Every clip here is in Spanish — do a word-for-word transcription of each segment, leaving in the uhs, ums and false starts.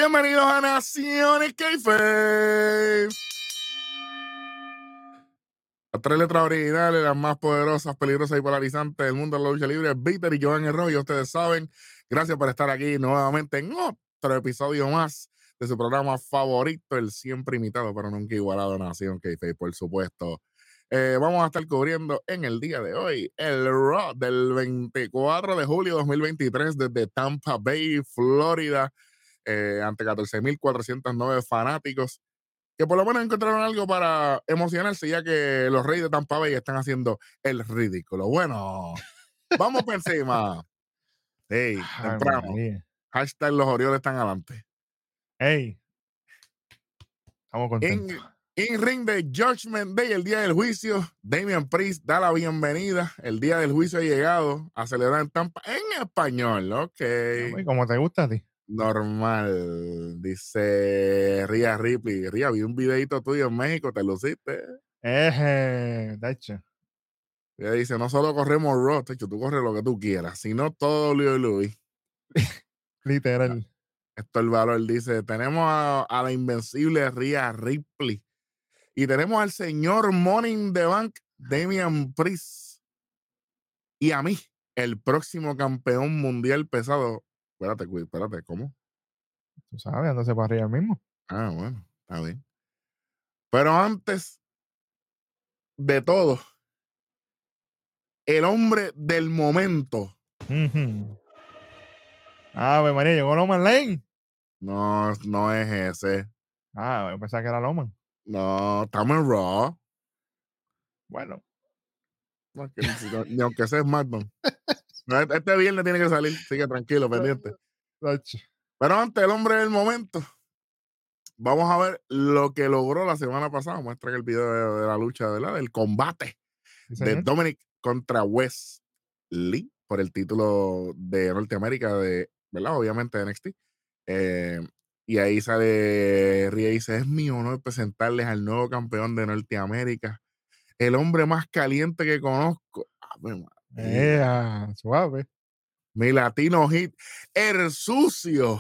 Bienvenidos a Naciones Keife. Las tres letras originales, las más poderosas, peligrosas y polarizantes del mundo de la lucha libre. Víctor y Joan Herrero, ustedes saben. Gracias por estar aquí nuevamente en otro episodio más de su programa favorito, el siempre imitado, pero nunca igualado, Nación Keife, por supuesto. Eh, vamos a estar cubriendo en el día de hoy el Raw del veinticuatro de julio de dos mil veintitrés desde Tampa Bay, Florida, eh, ante catorce mil cuatrocientos nueve fanáticos que por lo menos encontraron algo para emocionarse, ya que los Reyes de Tampa Bay están haciendo el ridículo. Bueno, vamos por encima. Hey, Ay, temprano. María. Hashtag los Orioles están adelante. Hey, estamos contentos. En, en ring de Judgment Day, el día del juicio, Damian Priest da la bienvenida. El día del juicio ha llegado a celebrar en Tampa en español. Ok. Ah, pues, ¿cómo te gusta a ti? Normal. Dice Ria Ripley. Ria, vi un videito tuyo en México, te luciste. Eje, de hecho. Ella dice, no solo corremos Raw, techo, tú corres lo que tú quieras, sino todo W W E. Literal. Esto es el valor. Dice, tenemos a, a la invencible Rhea Ripley y tenemos al señor Money in the Bank, Damian Priest, y a mí, el próximo campeón mundial pesado. Espérate, güey, espérate, ¿cómo? Tú sabes, andándose para arriba mismo. Ah, bueno, está bien. Pero antes de todo, el hombre del momento. Uh-huh. Ah, pues María, llegó Loman Lane. No, no es ese. Ah, yo pensaba que era Loman. No, estamos en Raw. Bueno. No, que ni, si- ni aunque sea SmackDown. No, este este viernes tiene que salir, sigue tranquilo, pendiente. De hecho. Pero antes, el hombre del momento, vamos a ver lo que logró la semana pasada. Muestra el video de, de la lucha, ¿verdad? Del combate ¿Sí, de señor? Dominic contra Wes Lee por el título de Norteamérica, de, ¿verdad? Obviamente de N X T. Eh, y ahí sale Rhea y dice, es mi honor presentarles al nuevo campeón de Norteamérica, el hombre más caliente que conozco. Ave Eh, María. ah, suave. Mi latino hit, el sucio.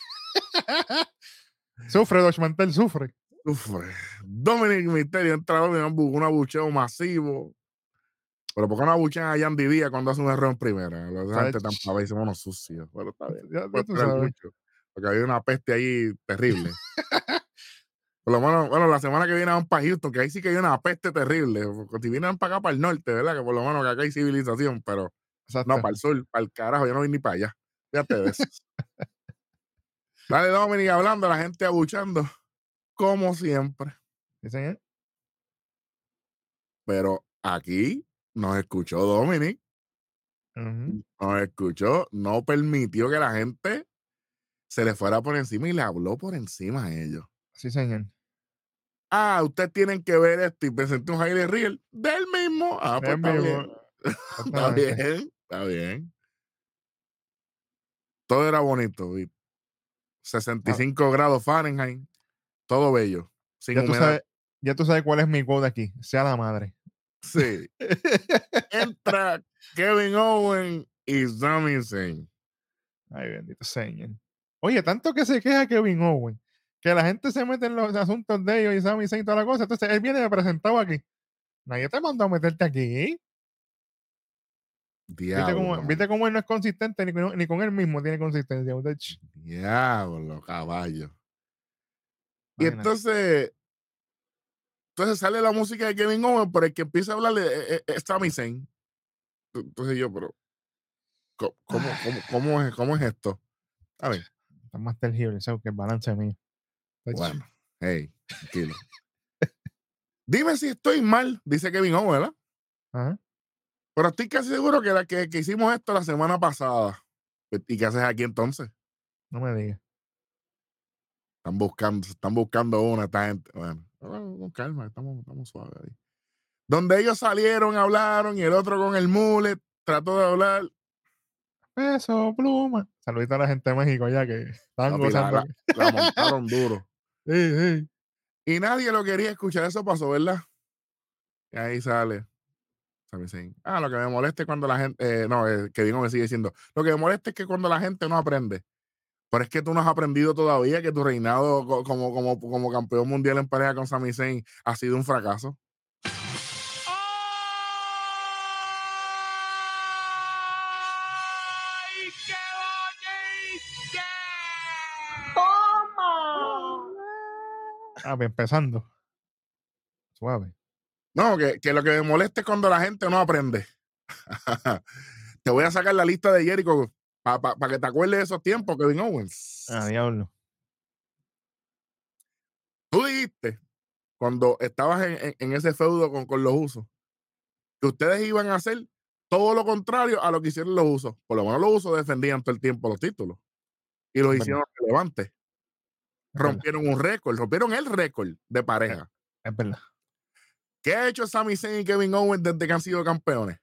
Sufre, Dodge Mantel, sufre. Sufre. Dominic Mysterio entra en un abucheo masivo. Pero ¿por qué no abuchean a Yandy Díaz cuando hace un error en primera? Los De gente hecho. tan pavés y unos sucios. Bueno, está bien. Ya, Puede ya tú esperar sabes. mucho. Porque había una peste ahí terrible. Por lo menos, bueno, la semana que viene van para Houston, que ahí sí que hay una peste terrible. Porque si vienen para acá, para el norte, ¿verdad? Que por lo menos que acá hay civilización, pero no, Exacto. para el sur, para el carajo, yo no voy ni para allá. Fíjate de eso. Dale, Dominic, hablando, la gente abuchando, como siempre. ¿Sí, señor? Pero aquí nos escuchó Dominic, Uh-huh. nos escuchó, no permitió que la gente se le fuera por encima y le habló por encima a ellos. Sí, señor. Ah, ustedes tienen que ver esto y presenté un highlight reel del mismo. Ah, pues Es está bien. mismo. Está Exactamente. bien, está bien. Todo era bonito. y sesenta y Ah, cinco grados Fahrenheit, todo bello, sin ya tú humedad. sabes, ya tú sabes cuál es mi code aquí. Sea la madre. Sí. Entra Kevin Owen y Sami Zayn. Ay, bendito señor. Oye, tanto que se queja Kevin Owen, que la gente se mete en los asuntos de ellos y Sami Zayn y toda la cosa. Entonces él viene presentado aquí. Nadie te mandó a meterte aquí. ¿Viste Diablo, cómo, mano. ¿viste cómo él no es consistente ni con, ni con él mismo tiene consistencia, muchacho? Diablo, caballo. Y Imagínate. entonces, entonces sale la música de Kevin Owens, pero el que empieza a hablarle es, es Sami Zayn. Entonces yo, pero, ¿cómo, cómo, cómo, cómo es, cómo es esto? A ver, Está más tergiversado que el balance mío. Muchacho. bueno, hey, tranquilo. Dime si estoy mal, dice Kevin Owens, ¿verdad? Ajá. Pero estoy casi seguro que, la, que, que hicimos esto la semana pasada. ¿Y qué haces aquí entonces? No me digas. Están buscando, están buscando una esta gente. Bueno, con calma, estamos, estamos suaves ahí. Donde ellos salieron, hablaron, y el otro con el mullet trató de hablar. Peso, pluma. Saludito a la gente de México ya que están Papi, la, gozando. la, la montaron duro. Sí, sí. Y nadie lo quería escuchar. Eso pasó, ¿verdad? Y ahí sale. Sami Zayn. Ah, lo que me molesta es cuando la gente. Eh, no, eh, que digo me sigue diciendo. Lo que me molesta es que cuando la gente no aprende. Pero es que tú no has aprendido todavía que tu reinado co- como, como, como campeón mundial en pareja con Sami Zayn ha sido un fracaso. ¡Ay, qué bonito! Ah, pues, empezando. Suave. No, que, que lo que me molesta es cuando la gente no aprende. Te voy a sacar la lista de Jericho para pa, pa que te acuerdes de esos tiempos, Kevin Owens. Ah, diablo. Tú dijiste, cuando estabas en, en- en ese feudo con, con los usos, que ustedes iban a hacer todo lo contrario a lo que hicieron los usos. Por lo menos los usos defendían todo el tiempo los títulos y los Es verdad. hicieron relevantes. Es verdad. Rompieron un récord, rompieron el récord de Es, pareja. es verdad. ¿Qué ha hecho Sami Zayn y Kevin Owens desde que han sido campeones?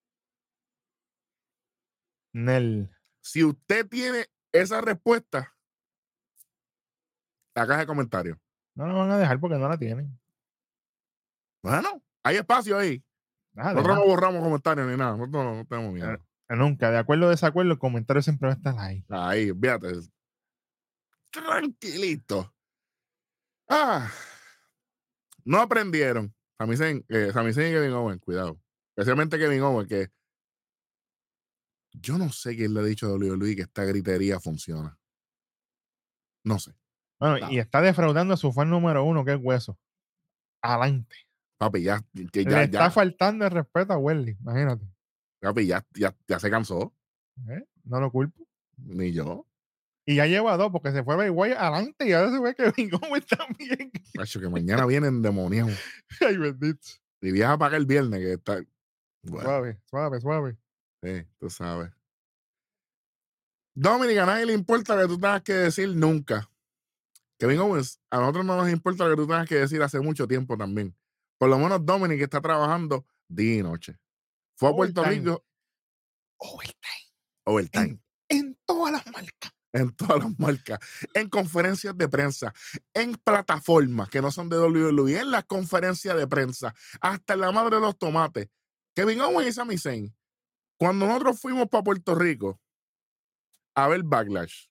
Nel. Si usted tiene esa respuesta, la caja de comentarios. No la van a dejar porque no la tienen. Bueno, hay espacio ahí. Nada, de Nosotros más. no borramos comentarios ni nada. Nosotros no, no tenemos miedo. Eh, nunca. De acuerdo o desacuerdo, el comentario siempre va a estar ahí. Ahí, fíjate. Tranquilito. Ah, no aprendieron. Sami Zayn, eh, Sami Zayn y Kevin Owens, cuidado. Especialmente Kevin Owens, que yo no sé quién le ha dicho a W W E que esta gritería funciona. No sé. Bueno, No. y está defraudando a su fan número uno, que es Hueso. Adelante. Papi, ya, que ya, Le está ya, faltando el respeto a Welly, imagínate. papi, ya, ya, ya se cansó. ¿Eh? No lo culpo. Ni yo. Y ya lleva dos, porque se fue Bray Wyatt adelante y ahora se ve que Kevin Owens también. Macho, que mañana vienen demoniados. Ay, bendito. Y viaja para acá el viernes, que está. Bueno, Suave, suave, suave. sí, tú sabes. Dominic, a nadie le importa lo que tú tengas que decir nunca. Kevin Owens, a nosotros no nos importa lo que tú tengas que decir hace mucho tiempo también. Por lo menos Dominic está trabajando día y noche. Fue a Puerto Overtime. Rico, Overtime. overtime, En, en todas las marcas. en todas las marcas, en conferencias de prensa, en plataformas que no son de W W E, en las conferencias de prensa, hasta en la madre de los tomates. Kevin Owens y Sami Zayn, cuando nosotros fuimos para Puerto Rico a ver Backlash,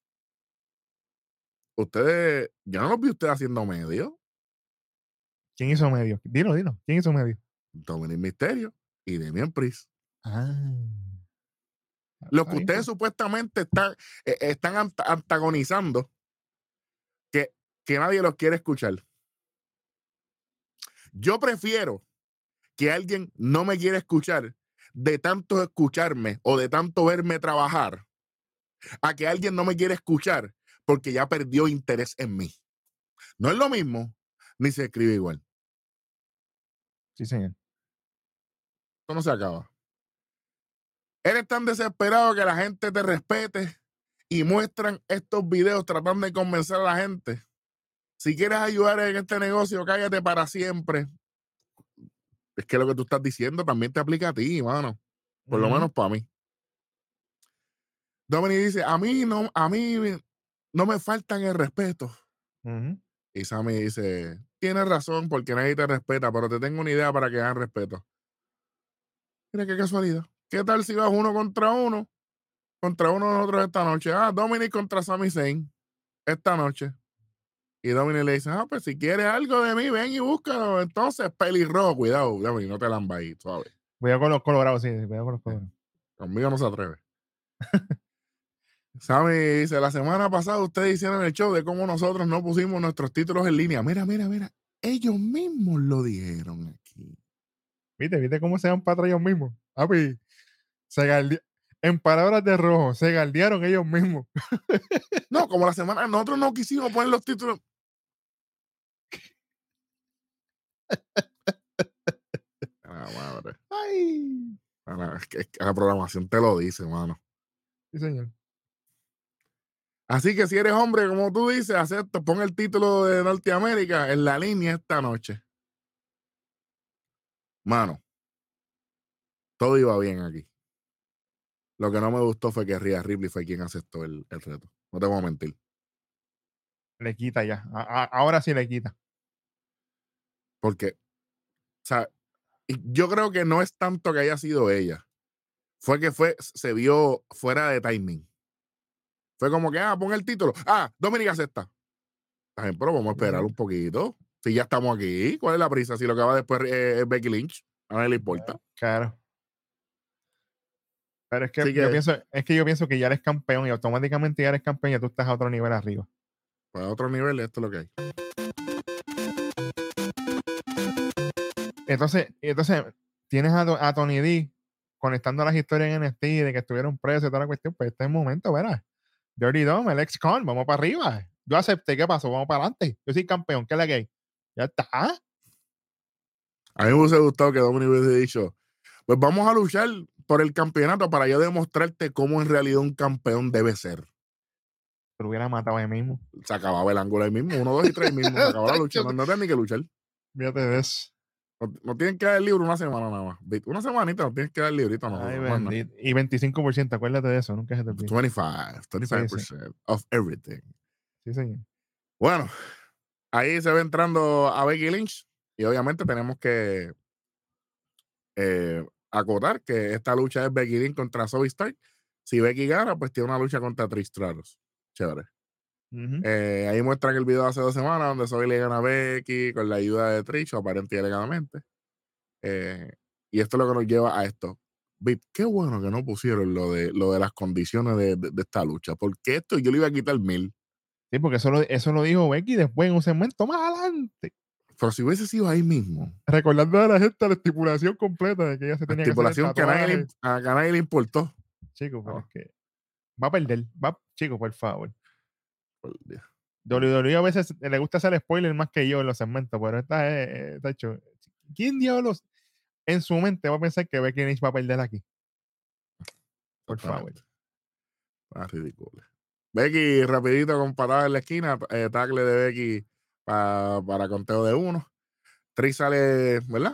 ustedes, yo no los vi a ustedes haciendo medio. ¿Quién hizo medio? Dilo, dilo. ¿Quién hizo medio? Dominic Mysterio y Damian Priest. Ah. Lo que ustedes supuestamente están, eh, están ant- antagonizando, que, que nadie los quiere escuchar. Yo prefiero que alguien no me quiera escuchar de tanto escucharme o de tanto verme trabajar, a que alguien no me quiera escuchar porque ya perdió interés en mí. No es lo mismo, ni se escribe igual. Sí, señor. Esto no se acaba. Eres tan desesperado que la gente te respete y muestran estos videos tratando de convencer a la gente. Si quieres ayudar en este negocio, cállate para siempre. Es que lo que tú estás diciendo también te aplica a ti, mano. Por lo Ujú. menos para mí. Dominic dice, a mí no, a mí no me faltan el respeto. Ujú. Y Sammy dice, tienes razón porque nadie te respeta, pero te tengo una idea para que hagan respeto. Mira qué casualidad. ¿Qué tal si vas uno contra uno? Contra uno de nosotros esta noche. Ah, Dominic contra Sami Zayn esta noche. Y Dominic le dice, ah, pues si quieres algo de mí, ven y búscalo. Entonces, pelirrojo, cuidado, Dominic, no te lambas ahí, suave. Cuidado con los colorados, sí, cuidado con los colorados. Conmigo no se atreve. Sammy dice, la semana pasada ustedes hicieron el show de cómo nosotros no pusimos nuestros títulos en línea. Mira, mira, mira. Ellos mismos lo dijeron aquí. ¿Viste? ¿Viste cómo se dan para atrás ellos mismos? Papi, se galde- en palabras de rojo, se galdearon ellos mismos. No, como la semana, nosotros no quisimos poner los títulos. Ah, madre. Ay. Ah, es que, es que la programación te lo dice, mano. Sí, señor. Así que si eres hombre, como tú dices, acepta, pon el título de Norteamérica en la línea esta noche. Mano, todo iba bien aquí. Lo que no me gustó fue que Rhea Ripley fue quien aceptó el, el reto. No te voy a mentir. Le quita ya. A- a- ahora sí le quita. Porque, o sea, y yo creo que no es tanto que haya sido ella. Fue que fue, se vio fuera de timing. Fue como que, ah, pon el título. Ah, Dominica acepta. Está bien, pero vamos a esperar un poquito. Si ya estamos aquí, ¿cuál es la prisa? Si lo que va después eh, es Becky Lynch, a nadie le importa. Claro. Pero es que, Así yo que, pienso, es que yo pienso que ya eres campeón y automáticamente ya eres campeón y ya tú estás a otro nivel arriba. pues a otro nivel, esto es lo que hay. Entonces, entonces tienes a, a Tony D conectando las historias en N F T de que estuvieron presos y toda la cuestión. Pues este es el momento, ¿verdad? Dirty Dom, el ex-con, vamos para arriba. Yo acepté, ¿qué pasó? Vamos para adelante. Yo soy campeón, ¿qué es la que hay? Ya está. A mí me hubiese gustado que Dominic hubiese dicho, pues vamos a luchar por el campeonato para yo demostrarte cómo en realidad un campeón debe ser. Pero hubiera matado a él mismo. Se acababa el ángulo ahí mismo, uno, dos y tres mismo, se acabó la lucha, no, no tienen ni que luchar. Fíjate de eso. No, no tienen que dar el libro una semana nada más. Una semanita no tienen que dar el librito a Ay, nosotros. No, bendito. Y veinticinco por ciento, acuérdate de eso, nunca se te olvide. veinticinco, veinticinco Sí, sí. percent of everything. Sí, señor. Bueno, ahí se ve entrando a Becky Lynch y obviamente tenemos que eh, acotar que esta lucha es Becky Lynch contra Zoe Stark. Si Becky gana, pues tiene una lucha contra Trish Stratus. Chévere. Ujú. Eh, ahí muestran el video de hace dos semanas donde Zoe le gana a Becky con la ayuda de Trish, aparente y alegadamente. Eh, y esto es lo que nos lleva a esto. Vip, qué bueno que no pusieron lo de, lo de las condiciones de, de, de esta lucha, porque esto yo le iba a quitar mil. Sí, porque eso lo, eso lo dijo Becky después en un segmento más adelante. Pero si hubiese sido ahí mismo, Recordando a la gente la estipulación completa de que ella se la tenía que hacer el estipulación que a nadie, le, tatuaje. a, a nadie le importó. Chico, pero No, es que va a perder. Va, chico, por favor. por Dios. W W E a veces le gusta hacer spoiler más que yo en los segmentos, pero esta es, eh, está hecho. ¿Quién diablos en su mente va a pensar que Becky Lynch va a perder aquí? Por favor. Exactamente. Ah, ridículo. Becky, rapidito con patada en la esquina, eh, tackle de Becky pa, para conteo de uno. Trish sale, ¿verdad?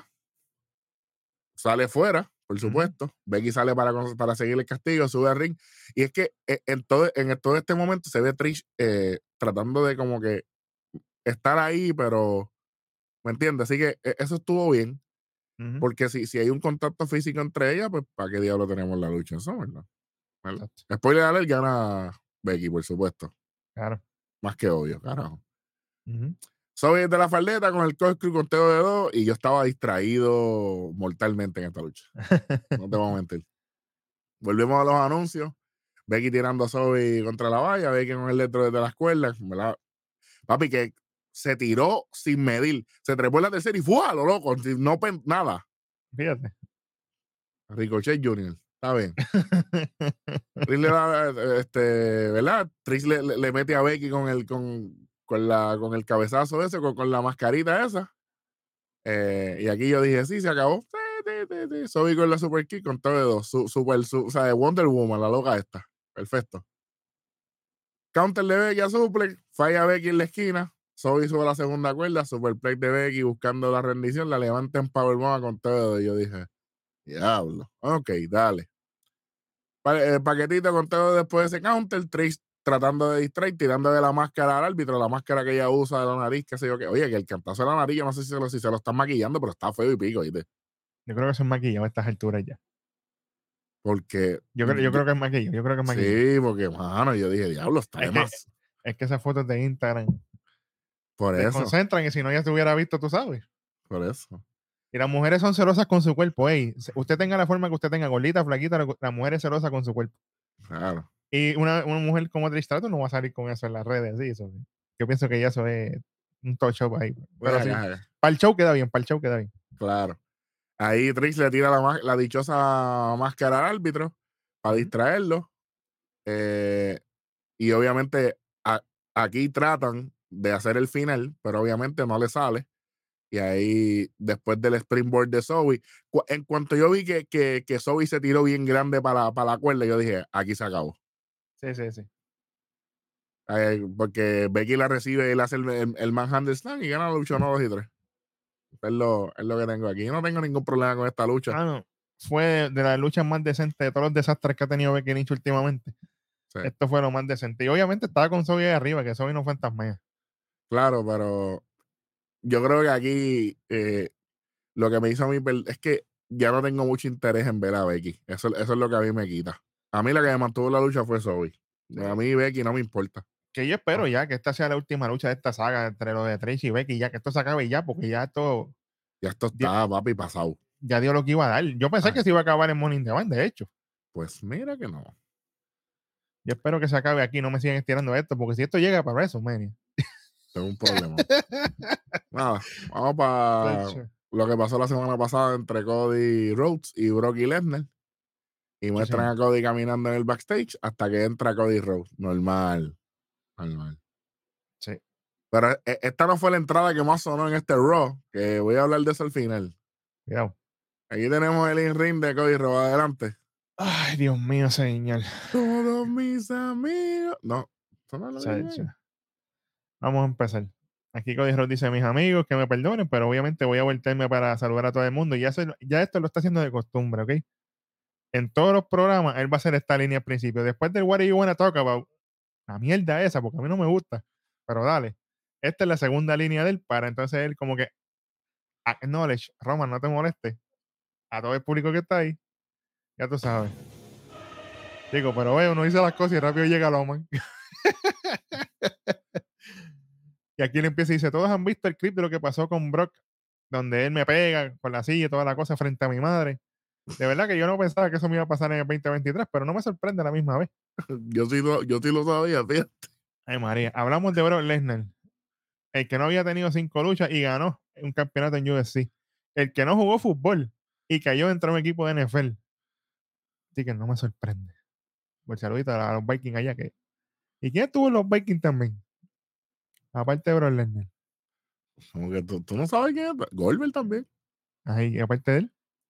Sale fuera, por supuesto. Uh-huh. Becky sale para, para seguir el castigo, sube al ring. Y es que en todo, en todo este momento se ve Trish eh, tratando de como que estar ahí, pero ¿me entiendes? Así que eso estuvo bien. Uh-huh. Porque si, si hay un contacto físico entre ellas, pues ¿para qué diablo tenemos la lucha? Eso, ¿verdad? ¿verdad? Spoiler alert, gana Becky, por supuesto. Claro. Más que obvio, carajo. Uh-huh. Soy de la faldeta con el corkscrew conteo de dos y yo estaba distraído mortalmente en esta lucha. No te voy a mentir. Volvemos a los anuncios. Becky tirando a Zoe contra la valla. Becky con el dentro de las cuerdas. ¿Verdad? Papi, que se tiró sin medir. Se trepó en la tercera y fue a lo loco. No nada. Fíjate. Ricochet junior Está bien. Trish le da, este, ¿verdad? Trish le, le, le mete a Becky con el, con, con la, con el cabezazo ese, con, con la mascarita esa. Eh, y aquí yo dije, sí, se acabó. Sí, sí, sí, sí. Zoe con la super kick con todo de dos. Su, super, su, o sea, de Wonder Woman, la loca esta. Perfecto. Counter de Becky a suplex. Falla Becky en la esquina. Zoe sube la segunda cuerda. Superplex de Becky buscando la rendición. La levanta en Powerbomb con todo de dos. Y yo dije, diablo. Ok, dale. Pa eh, paquetito con todo después de ese counter. Trish tratando de distraer, tirando de la máscara al árbitro, la máscara que ella usa de la nariz, qué sé yo qué. Oye, que el cantazo de la nariz, yo no sé si se lo, si se lo están maquillando, pero está feo y pico, ¿viste? Yo creo que eso es maquillado a estas alturas ya. Porque. Yo creo, yo creo que es maquillo, yo creo que es maquillo. Sí, porque, mano, yo dije, diablo, está es de que, más. Es que esas fotos de Instagram por te eso. concentran y si no ya te hubiera visto, tú sabes. Por eso. Y las mujeres son celosas con su cuerpo. Ey, usted tenga la forma que usted tenga, gordita, flaquita, la mujer es celosa con su cuerpo. Claro. Y una, una mujer como Trish Stratus no va a salir con eso en las redes. ¿Sí? Eso, yo pienso que ya eso es un touch up ahí. Pero sí, para el show queda bien, para el show queda bien. Claro. Ahí Trish le tira la, la dichosa máscara al árbitro para uh-huh. distraerlo. Eh, y obviamente a, aquí tratan de hacer el final, pero obviamente no le sale. Y ahí, después del springboard de Zoe, cu en cuanto yo vi que, que, que Zoe se tiró bien grande para, para la cuerda, yo dije, aquí se acabó. Sí, sí, sí. Eh, porque Becky la recibe y él hace el, el, el manhandle slam y gana la lucha uno, dos y tres. Es lo, es lo que tengo aquí. Yo no tengo ningún problema con esta lucha. Ah, no. Fue de las luchas más decentes de todos los desastres que ha tenido Becky Lynch últimamente. Sí. Esto fue lo más decente. Y obviamente estaba con Zoe ahí arriba, que Zoe no fue fantasma. Claro, pero yo creo que aquí eh, lo que me hizo a mí es que ya no tengo mucho interés en ver a Becky. Eso, eso es lo que a mí me quita. A mí la que me mantuvo la lucha fue Zoe. A mí Becky no me importa. Que yo espero ya que esta sea la última lucha de esta saga entre los de Tracy y Becky, ya que esto se acabe ya, porque ya esto Ya esto dio, está, papi, pasado. ya dio lo que iba a dar. Yo pensé Ay, que se iba a acabar en Money in the Bank, de hecho. pues mira que no. Yo espero que se acabe aquí, no me sigan estirando esto, porque si esto llega para WrestleMania. Tengo un problema. Nada, vamos para lo que pasó la semana pasada entre Cody Rhodes y Brock Lesnar. Y muestran a Cody caminando en el backstage hasta que entra Cody Rhodes. Normal. Normal. Sí. Pero eh, esta no fue la entrada que más sonó en este Raw, que voy a hablar de eso al final. Cuidado. Aquí tenemos el in-ring de Cody Rhodes. Adelante. Ay, Dios mío, señor. Todos mis amigos. No, eso no es lo que viene. Vamos a empezar. Aquí Cody Rhodes dice: mis amigos, que me perdonen, pero obviamente voy a voltearme para saludar a todo el mundo. Y ya, se, ya esto lo está haciendo de costumbre, ¿ok? En todos los programas, él va a hacer esta línea al principio. Después del What do you wanna talk about? La mierda esa, porque a mí no me gusta. Pero dale. Esta es la segunda línea de él para entonces él como que acknowledge, Roman, no te molestes. A todo el público que está ahí. Ya tú sabes. Digo, pero ve, uno dice las cosas y rápido llega Roman. Y aquí le empieza y dice: todos han visto el clip de lo que pasó con Brock, donde él me pega con la silla y toda la cosa frente a mi madre. De verdad que yo no pensaba que eso me iba a pasar en el veinte veintitrés, pero no me sorprende a la misma vez. Yo sí lo, yo sí lo sabía, fíjate. Ay, María. Hablamos de Brock Lesnar, el que no había tenido cinco luchas y ganó un campeonato en U F C. El que no jugó fútbol y cayó dentro de un equipo de N F L. Así que no me sorprende. Pues saludito a los Vikings allá. Que... ¿Y quién estuvo en los Vikings también? Aparte de Brock Lesnar. Como que tú, tú no sabes quién es. Goldberg también. Ahí, aparte de él.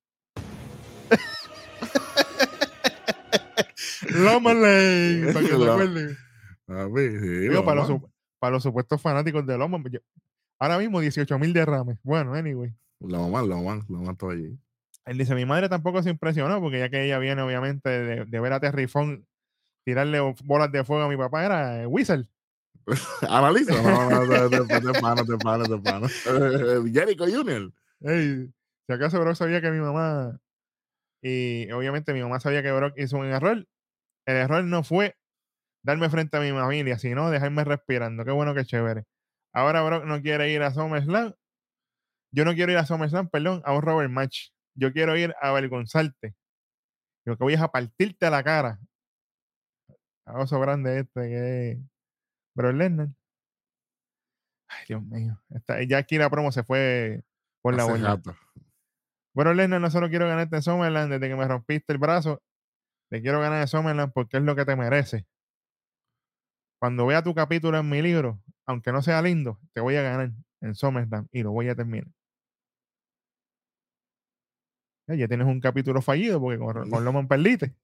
Loman Lane, para que se acuerden. A ver, sí, Digo, para, los, para los supuestos fanáticos de Loman. Ahora mismo dieciocho mil derrames. Bueno, anyway. Loman, Loman, Loman todo allí. Él dice: mi madre tampoco se impresionó, porque ya que ella viene obviamente de, de ver a Terry Funk tirarle bolas de fuego a mi papá, era eh, Whistle. Analiza. No, no, no, te pano, te pano, te pano. Jericho junior Hey, si acaso Brock sabía que mi mamá, y obviamente mi mamá sabía que Brock hizo un error. El error no fue darme frente a mi familia, sino dejarme respirando. Qué bueno, qué chévere. Ahora Brock no quiere ir a SummerSlam. Yo no quiero ir a SummerSlam, perdón, a un Robert Match. Yo quiero ir a avergonzarte. Lo que voy es a partirte la cara. A oso grande este que es Brock Lesnar. Ay, Dios mío. Esta, ya aquí la promo se fue por la borda. Brock Lesnar, no solo quiero ganarte en Summerland desde que me rompiste el brazo. Te quiero ganar en Summerland porque es lo que te merece. Cuando vea tu capítulo en mi libro, aunque no sea lindo, te voy a ganar en SummerSlam y lo voy a terminar. Ya, ya tienes un capítulo fallido porque con, con Loman perdiste.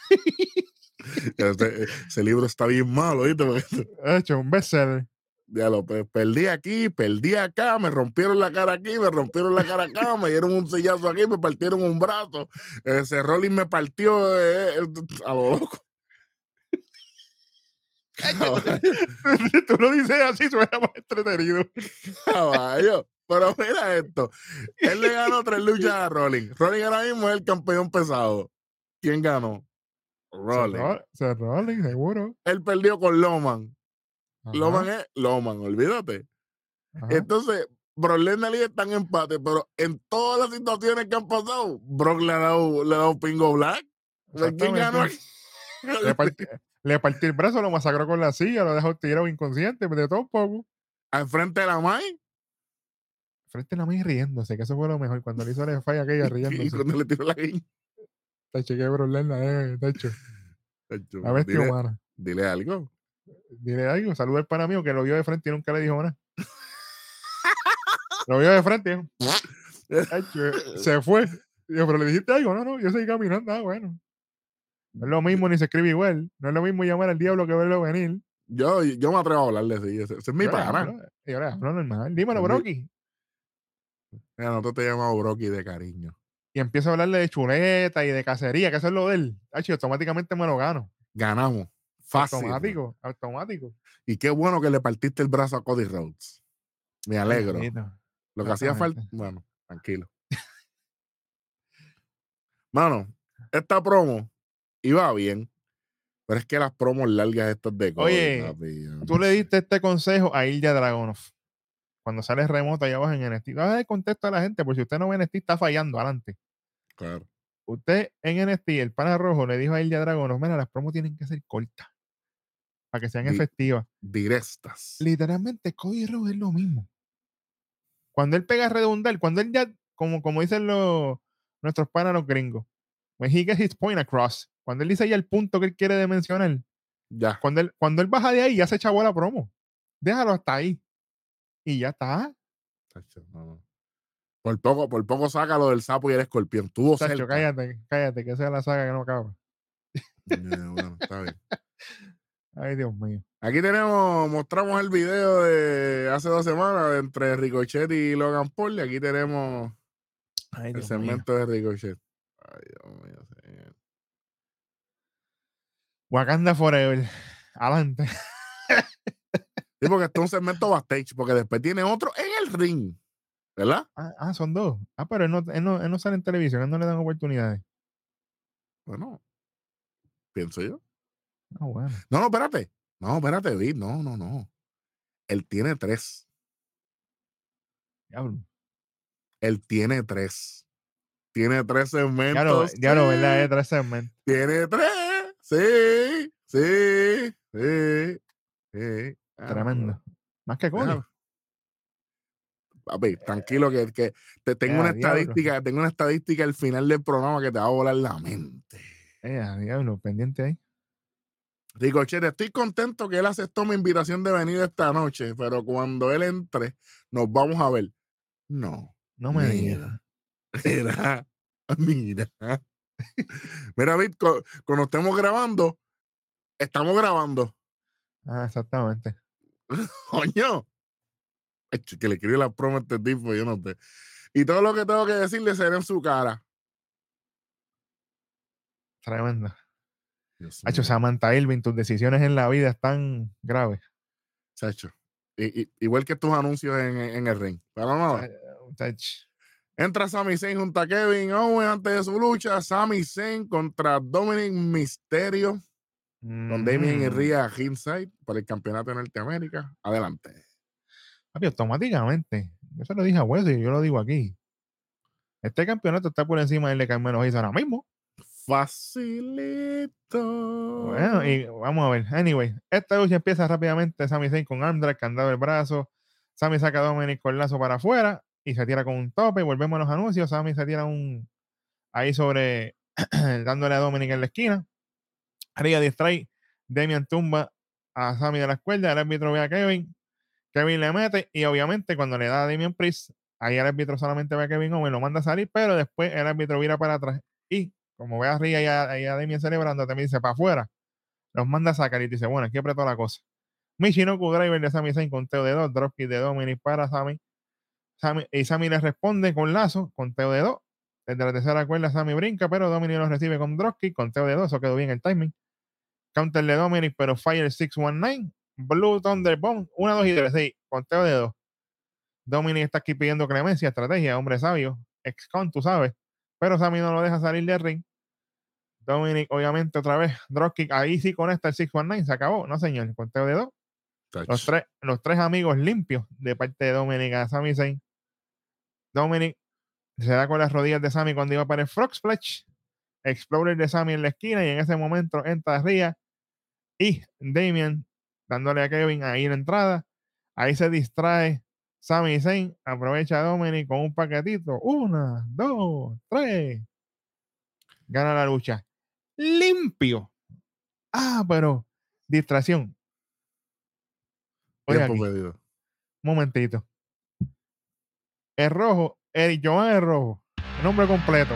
Ese, ese libro está bien malo, ¿viste? Ha hecho un bestseller. Ya lo perdí aquí, perdí acá, me rompieron la cara aquí, me rompieron la cara acá, me dieron un sillazo aquí, me partieron un brazo. Ese Rolling me partió eh, a lo loco. Tú lo dices así, suena más entretenido. Caballo. Pero mira esto. Él le ganó tres luchas a Rolling. Rolling ahora mismo es el campeón pesado. ¿Quién ganó? Rolling. Se Rolling, seguro. Él perdió con Loman. Ajá. Loman es Loman, olvídate. Ajá. Entonces, Brock Lesnar está en empate, pero en todas las situaciones que han pasado, Brock le ha dado, le ha dado pingo black. ¿Quién ganó? Le partí, le partí el brazo, lo masacró con la silla, lo dejó tirado inconsciente, de todo un poco. Al frente de la Mai. Frente a la Mai riéndose, que eso fue lo mejor, cuando le hizo la falla aquella riéndose. Y cuando le tiró la guiña. Tacho, que Brock Lesnar, eh, tacho. La bestia dile, humana. Dile algo. Dile algo, saluda al pana mío que lo vio de frente y nunca le dijo nada. Lo vio de frente. Tacho, se fue. Digo, pero le dijiste algo, no, no, yo seguí caminando, ah, bueno. No es lo mismo ni se escribe igual. No es lo mismo llamar al diablo que verlo venir. Yo, yo me atrevo a hablarle así. Ese, ese es mi yo pana. Y ahora hablo normal. Dímelo, Brocky. Mira, nosotros te llamamos Brocky de cariño. Y empiezo a hablarle de chuleta y de cacería, que eso es lo de él. Tacho, automáticamente me lo gano. Ganamos. Fácil. Automático, automático. Y qué bueno que le partiste el brazo a Cody Rhodes. Me alegro. Ay, lo que hacía falta. Bueno, tranquilo. Mano, esta promo iba bien, Pero es que las promos largas estas de Cody, Oye, papi, yo tú no le sé. diste este consejo a Ilya Dragunov. Cuando sale remoto allá abajo en N X T. Dale el contexto a la gente, porque si usted no ve N X T, está fallando adelante. Claro. Usted en N X T, el pana rojo, le dijo a Ilya Dragunov, mira, las promos tienen que ser cortas para que sean Di- efectivas. directas. Literalmente, Cody Rhodes es lo mismo. Cuando él pega a redundar, cuando él ya, como, como dicen los, nuestros panas los gringos, when he gets his point across, cuando él dice ya el punto que él quiere de mencionar, Ya. cuando él, cuando él baja de ahí, ya se echó la promo. Déjalo hasta ahí. Y ya está. Tacho, no, no. Por poco, por poco saca lo del sapo y el escorpión. Tuvo Tacho, cerca. cállate, cállate, que esa es la saga que no acaba. Eh, bueno, está bien. Ay, Dios mío. Aquí tenemos, mostramos el video de hace dos semanas entre Ricochet y Logan Paul. Y aquí tenemos Ay, el Dios mío. segmento de Ricochet. Ay, Dios mío, señor. Wakanda Forever. Adelante. Sí, porque esto es un segmento backstage, porque después tiene otro en el ring, ¿verdad? Ah, ah, son dos. Ah, pero él no, él, no, él no sale en televisión, él no le dan oportunidades. Bueno, pienso yo. Ah, bueno. No, no, espérate. No, espérate, Vic. No, no, no. Él tiene tres. Diablo. Él tiene tres. Tiene tres Diablo, segmentos. diablo, ¿verdad? Sí. Es tres segmentos. Tiene tres. Sí, sí, sí, sí. Ah, Tremendo. Más que Cody. déjalo. Papi, tranquilo que, que te tengo Eh, una a diablo. estadística, tengo una estadística al final del programa que te va a volar la mente. Eh, a diablo, pendiente ahí. Ricochet, estoy contento que él aceptó mi invitación de venir esta noche, pero cuando él entre, nos vamos a ver. No. No me digas. Mira, mira, mira. Mira, Vic, cu- cuando estemos grabando, estamos grabando. Ah, exactamente. Coño. Ay, que le escribí la promo a este tipo, yo no sé. Y todo lo que tengo que decirle será en su cara. Tremendo. Dios Hacho, mío, Samantha Irving, tus decisiones en la vida están graves. chacho. I- i- igual que tus anuncios en, en el ring. Pero nada. Tach. Entra Sami Zayn junto a Kevin Owens antes de su lucha. Sami Zayn contra Dominic Mysterio. Con Damien y Mhm. Rhea Ringside por el campeonato de Norteamérica. Adelante. Papi, automáticamente. Yo se lo dije a Wesley y yo lo digo aquí. Este campeonato está por encima del de Carmelo Hayes ahora mismo. Facilito. Bueno, y vamos a ver. Anyway, esta lucha empieza rápidamente. Sami Zayn con arm drag, candado del brazo. Sami saca a Dominic con lazo para afuera y se tira con un tope. Volvemos a los anuncios. Sami se tira un ahí sobre dándole a Dominic en la esquina. Rhea distrae. Damian tumba a Sami de la escuela. El árbitro ve a Kevin. Kevin le mete y obviamente cuando le da a Damian Priest, ahí el árbitro solamente ve a Kevin Owens, lo manda a salir, pero después el árbitro vira para atrás y como ve a Rhea y a, y a Damian celebrando, también dice para afuera, los manda a sacar y dice, bueno, aquí apretó la cosa. Michinoku Driver de Sami Zayn con teo de dos, dropkick de Dominic para Sami. Sami y Sami le responde con lazo, con teo de dos. Desde la tercera cuerda Sami brinca, pero Dominic lo recibe con dropkick, con teo de dos, eso quedó bien el timing. Counter de Dominic, pero Fire seis diecinueve. Blue Thunder Bomb, uno, dos y tres, sí, conteo de dos. Dominic está aquí pidiendo clemencia, estrategia, hombre sabio, ex-con, tú sabes. Pero Sami no lo deja salir del ring. Dominic, obviamente, otra vez, dropkick, ahí sí conecta el seis diecinueve, se acabó, no señor, conteo de dos. Los tres, los tres amigos limpios de parte de Dominic a Sami Zayn. Dominic se da con las rodillas de Sami cuando iba para el Frog Splash. Explorer de Sami en la esquina y en ese momento entra Rhea y Damian dándole a Kevin ahí en la entrada. Ahí se distrae Sami Zayn, aprovecha a Dominic con un paquetito. Una, dos, tres. Gana la lucha. Limpio. Ah, pero distracción. Oye Tiempo aquí, pedido. un momentito. El rojo, el Joan el rojo. El nombre completo.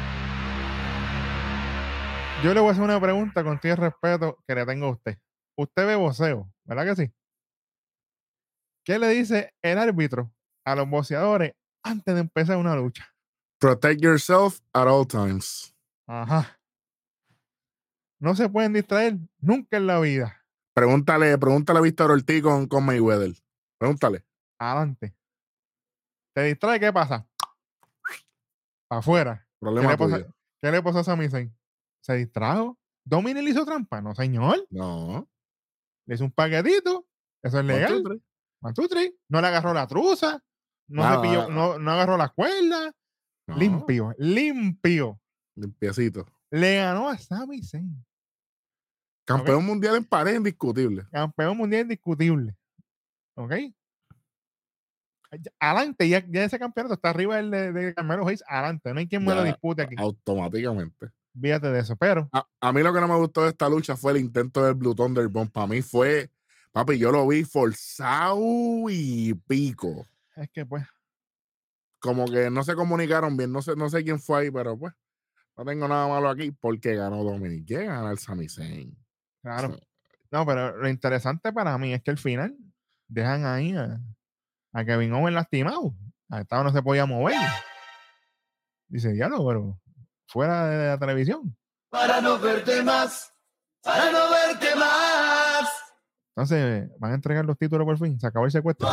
Yo le voy a hacer una pregunta con todo el respeto que le tengo a usted. Usted ve voceo, ¿verdad que sí? ¿Qué le dice el árbitro a los boxeadores antes de empezar una lucha? Protect yourself at all times. Ajá. No se pueden distraer nunca en la vida. Pregúntale, pregúntale a Víctor Ortiz con, con Mayweather. Pregúntale. Adelante. ¿Te distrae? ¿Qué pasa? Para afuera. ¿Qué Problema le pasa, tuyo. ¿Qué le pasó a Sami Zayn? ¿Se distrajo? ¿Dominic le hizo trampa? No, señor. No. Le hizo un paquetito. Eso es One, two, legal. three. One, two, three. No le agarró la truza. No Nada, se pilló, nada. no, no agarró la cuerda. No. Limpio, limpio. Limpiecito. Le ganó a Sami Zayn. Campeón Ok. mundial en pared indiscutible. Campeón mundial indiscutible. ¿Ok? Adelante, ya, ya ese campeonato está arriba del de, de Carmelo Hayes. Adelante, no hay quien me lo Ya, dispute aquí. automáticamente. Fíjate de eso, pero A, a mí lo que no me gustó de esta lucha fue el intento del Blue Thunder Bomb. Para mí fue, papi, yo lo vi forzado y pico. es que pues, Como que no se comunicaron bien. No sé, no sé quién fue ahí, pero pues no tengo nada malo aquí porque ganó Dominic. Llega a ganar Sami Zayn. claro. No, pero lo interesante para mí es que al final dejan ahí a, a Kevin Owens lastimado. A esta no se podía mover. Dice, ya no, pero fuera de la televisión. Para no verte más, para no verte más. Entonces, van a entregar los títulos por fin. Se acabó el secuestro.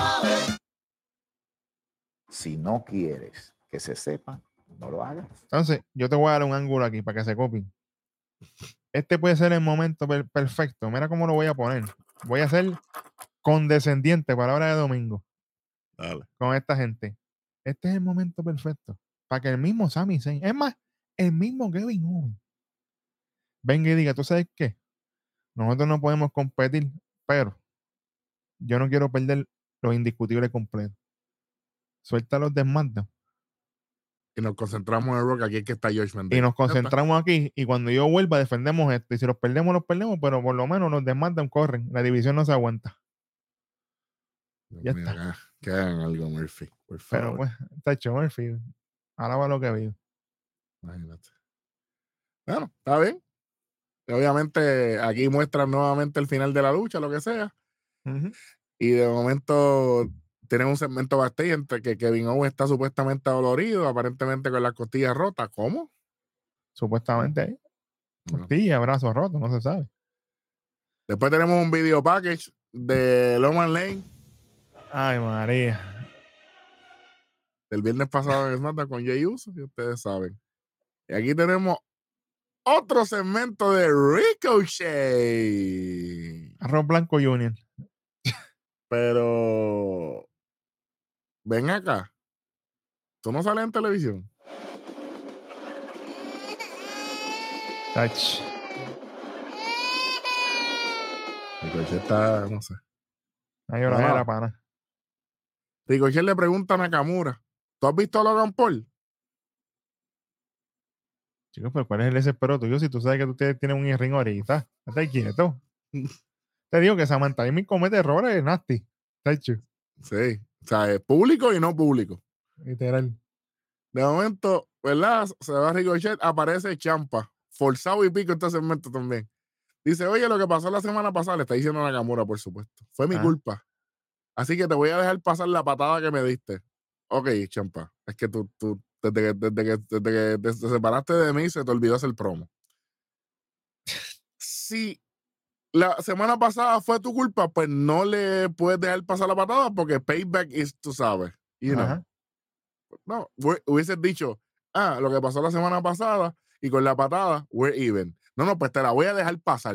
Si no quieres que se sepa, no lo hagas. Entonces, yo te voy a dar un ángulo aquí para que se copien. Este puede ser el momento per- perfecto. Mira cómo lo voy a poner. Voy a ser condescendiente, palabra de domingo, Dale. con esta gente. Este es el momento perfecto para que el mismo Sami Zayn, es más, el mismo Kevin Owens, venga y diga, ¿tú sabes qué? Nosotros no podemos competir, pero yo no quiero perder lo indiscutible completo. Suelta los desmandos Y nos concentramos en el Rock. Aquí es que está George Mendez. y nos concentramos aquí. Y cuando yo vuelva, defendemos esto. Y si los perdemos, los perdemos, pero por lo menos los desmandan, corren. La división no se aguanta. Ya Mira, está. acá, que hagan algo, Murphy. Por Pero favor. pues, está hecho, Murphy. Alaba lo que vive. Imagínate. Bueno, está bien. Y obviamente aquí muestran nuevamente el final de la lucha, lo que sea. Ujú. Y de momento tienen un segmento backstage entre que Kevin Owens está supuestamente dolorido, aparentemente con las costillas rotas. ¿Cómo? Supuestamente ahí. Bueno. Costilla, brazos rotos, no se sabe. Después tenemos un video package de Loman Lane Ay, María. del viernes pasado en SmackDown con Jey Uso, y ustedes saben. Y aquí tenemos otro segmento de Ricochet. Arroz Blanco Junior. Pero ven acá. ¿Tú no sales en televisión? Touch. Ricochet está, no sé. Una lloradera, No. pana. Ricochet le pregunta a Nakamura, ¿tú has visto a Logan Paul? Chicos, pero ¿cuál es el desespero tuyo si tú sabes que tú tienes tienes un ring ahorita? Estás quieto. Te digo que Samantha Amy comete errores nasty. Tacho. Sí. O sea, es público y no público. Literal. De momento, ¿verdad? Se va Ricochet, aparece Champa. Forzado y pico este segmento también. Dice, oye, lo que pasó la semana pasada, le está diciendo a Nakamura, por supuesto. Fue mi Ah. culpa. Así que te voy a dejar pasar la patada que me diste. Ok, Champa. Es que tú, tú desde, que, desde, que, desde que te separaste de mí, se te olvidó hacer promo. Si la semana pasada fue tu culpa, pues no le puedes dejar pasar la patada porque payback is, tú sabes. You know. Ajá. No, hue- hubieses dicho, ah, lo que pasó la semana pasada y con la patada, we're even. No, no, pues te la voy a dejar pasar.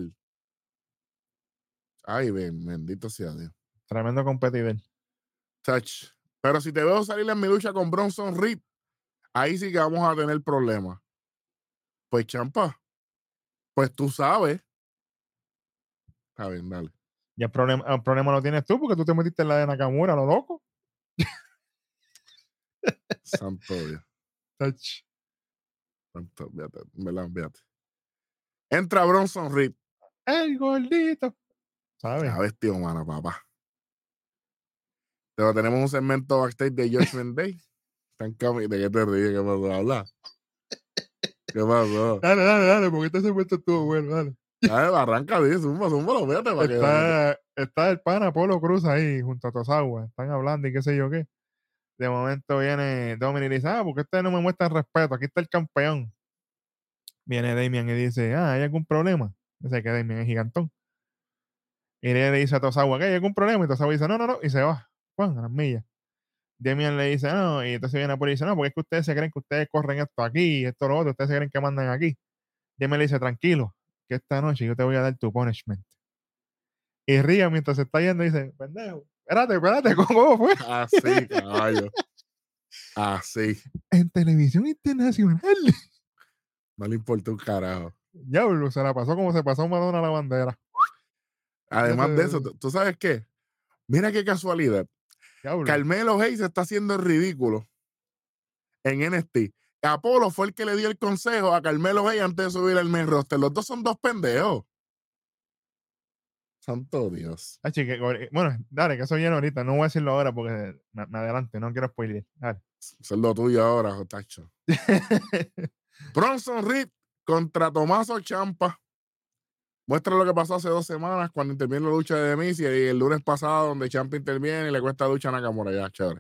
Ay, ben, bendito sea Dios. Tremendo competidor. Touch. Pero si te veo salir en mi lucha con Bronson Reed, ahí sí que vamos a tener problemas. Pues, Champa, pues tú sabes. Está bien, dale. Y el problema, el problema lo tienes tú porque tú te metiste en la de Nakamura, lo loco. Santo Dios. Touch. Santo, fíjate, ¿verdad? Fíjate. Entra Bronson Reed. El gordito. ¿Sabes? La bestia humana, papá. Pero tenemos un segmento backstage de George Mendez. Están cami- ¿De qué te ríes? ¿Qué pasó? Habla. ¿Qué pasó? Dale, dale, dale, porque este segmento estuvo bueno, dale. Dale, arranca, dice, zumba, zumba, fíjate, para que... Está, está el pana Polo Cruz ahí junto a Tosawa. Están hablando y qué sé yo qué. De momento viene Dominic y dice, ah, porque ustedes no me muestran respeto. Aquí está el campeón. Viene Damian y dice, ah, ¿hay algún problema? Dice que Damian es gigantón. Y le dice a Tosawa, ¿qué? ¿Hay algún problema? Y Tosawa dice, no, no, no. Y se va. Juan, a las millas. Damian le dice, no. Y entonces viene por y dice, no, porque es que ustedes se creen que ustedes corren esto aquí, esto lo otro. Ustedes se creen que mandan aquí. Damian le dice, tranquilo. que esta noche yo te voy a dar tu punishment. Y ríe mientras se está yendo y dice, pendejo, espérate, espérate, ¿cómo fue? Así, caballo. Así. En televisión internacional. No le importa un carajo. Diablo, se la pasó como se pasó Madonna a la bandera. Además Yo de te- eso, ¿tú- ¿tú sabes qué? Mira qué casualidad. Diablo. Carmelo Hayes está haciendo el ridículo en N X T. Apolo fue el que le dio el consejo a Carmelo Hayes antes de subir al main roster. Los dos son dos pendejos. Santo Dios. Ah, chique, gore- bueno, dale, que eso viene ahorita. No voy a decirlo ahora porque me, me adelante, no quiero spoiler. Dale. Eso es lo tuyo ahora, Jotacho. Bronson Reed contra Tommaso Ciampa. Muestra lo que pasó hace dos semanas cuando interviene la lucha de Demis y el lunes pasado donde Ciampa interviene y le cuesta lucha a Nakamura. Ya, chévere.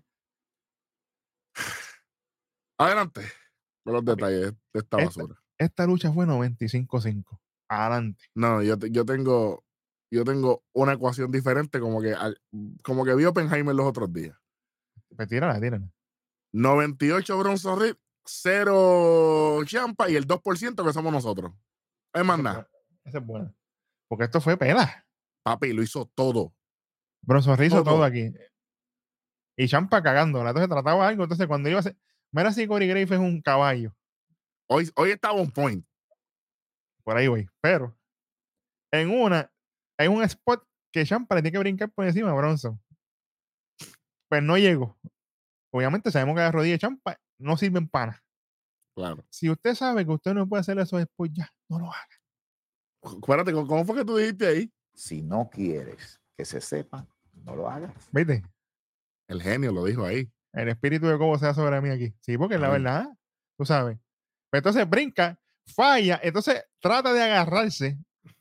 Adelante con los Papi, detalles de esta esta, basura. esta lucha fue noventa y cinco cinco. Adelante. No, yo, te- yo tengo yo tengo una ecuación diferente como que al- como que vi Oppenheimer los otros días. Pues tírala, tírala. noventa y ocho Bronson Reed, cero Ciampa y el dos por ciento que somos nosotros. Es más Esa es nada. buena. Esa es buena. Porque esto fue pela. Papi, lo hizo todo. Bronson Reed hizo Todo. todo aquí. Y Ciampa cagándola. Entonces trataba algo. Entonces cuando iba a hacer. Mira si Corey Graves es un caballo. Hoy, hoy estaba on point. Por ahí voy. Pero en una, hay un spot que Ciampa le tiene que brincar por encima a Bronson. Pues no llegó. Obviamente sabemos que la rodilla de Ciampa no sirven para. Claro. Si usted sabe que usted no puede hacer esos spots ya, no lo haga. Espérate, ¿cómo cómo fue que tú dijiste ahí? Si no quieres que se sepa, no lo hagas. ¿Viste? El genio lo dijo ahí. El espíritu de cómo sea sobre mí aquí. Sí, porque la Ay. verdad, tú sabes. Pero entonces brinca, falla, entonces trata de agarrarse.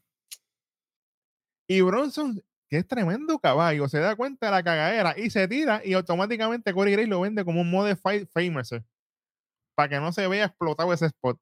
Y Bronson, que es tremendo caballo, se da cuenta de la cagadera y se tira y automáticamente Corey Graves lo vende como un modified famouser para que no se vea explotado ese spot.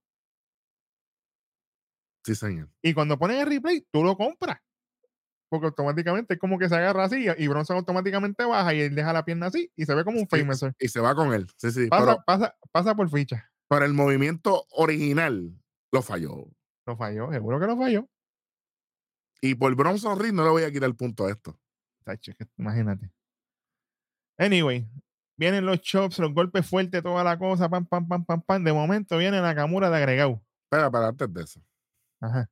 Sí, señor. Y cuando ponen el replay, tú lo compras. Porque automáticamente es como que se agarra así y Bronson automáticamente baja y él deja la pierna así y se ve como un Sí, famouser. y se va con él. Sí, sí. Pasa, Pero, pasa, pasa por ficha. pero el movimiento original lo falló. Lo falló, seguro que lo falló. Y por Bronson Reed no le voy a quitar el punto a esto. Tacho, que- imagínate. Anyway, vienen los chops, los golpes fuertes, toda la cosa, pam, pam, pam, pam, pam. De momento viene Nakamura de agregado. Espera, para antes de eso. Ajá.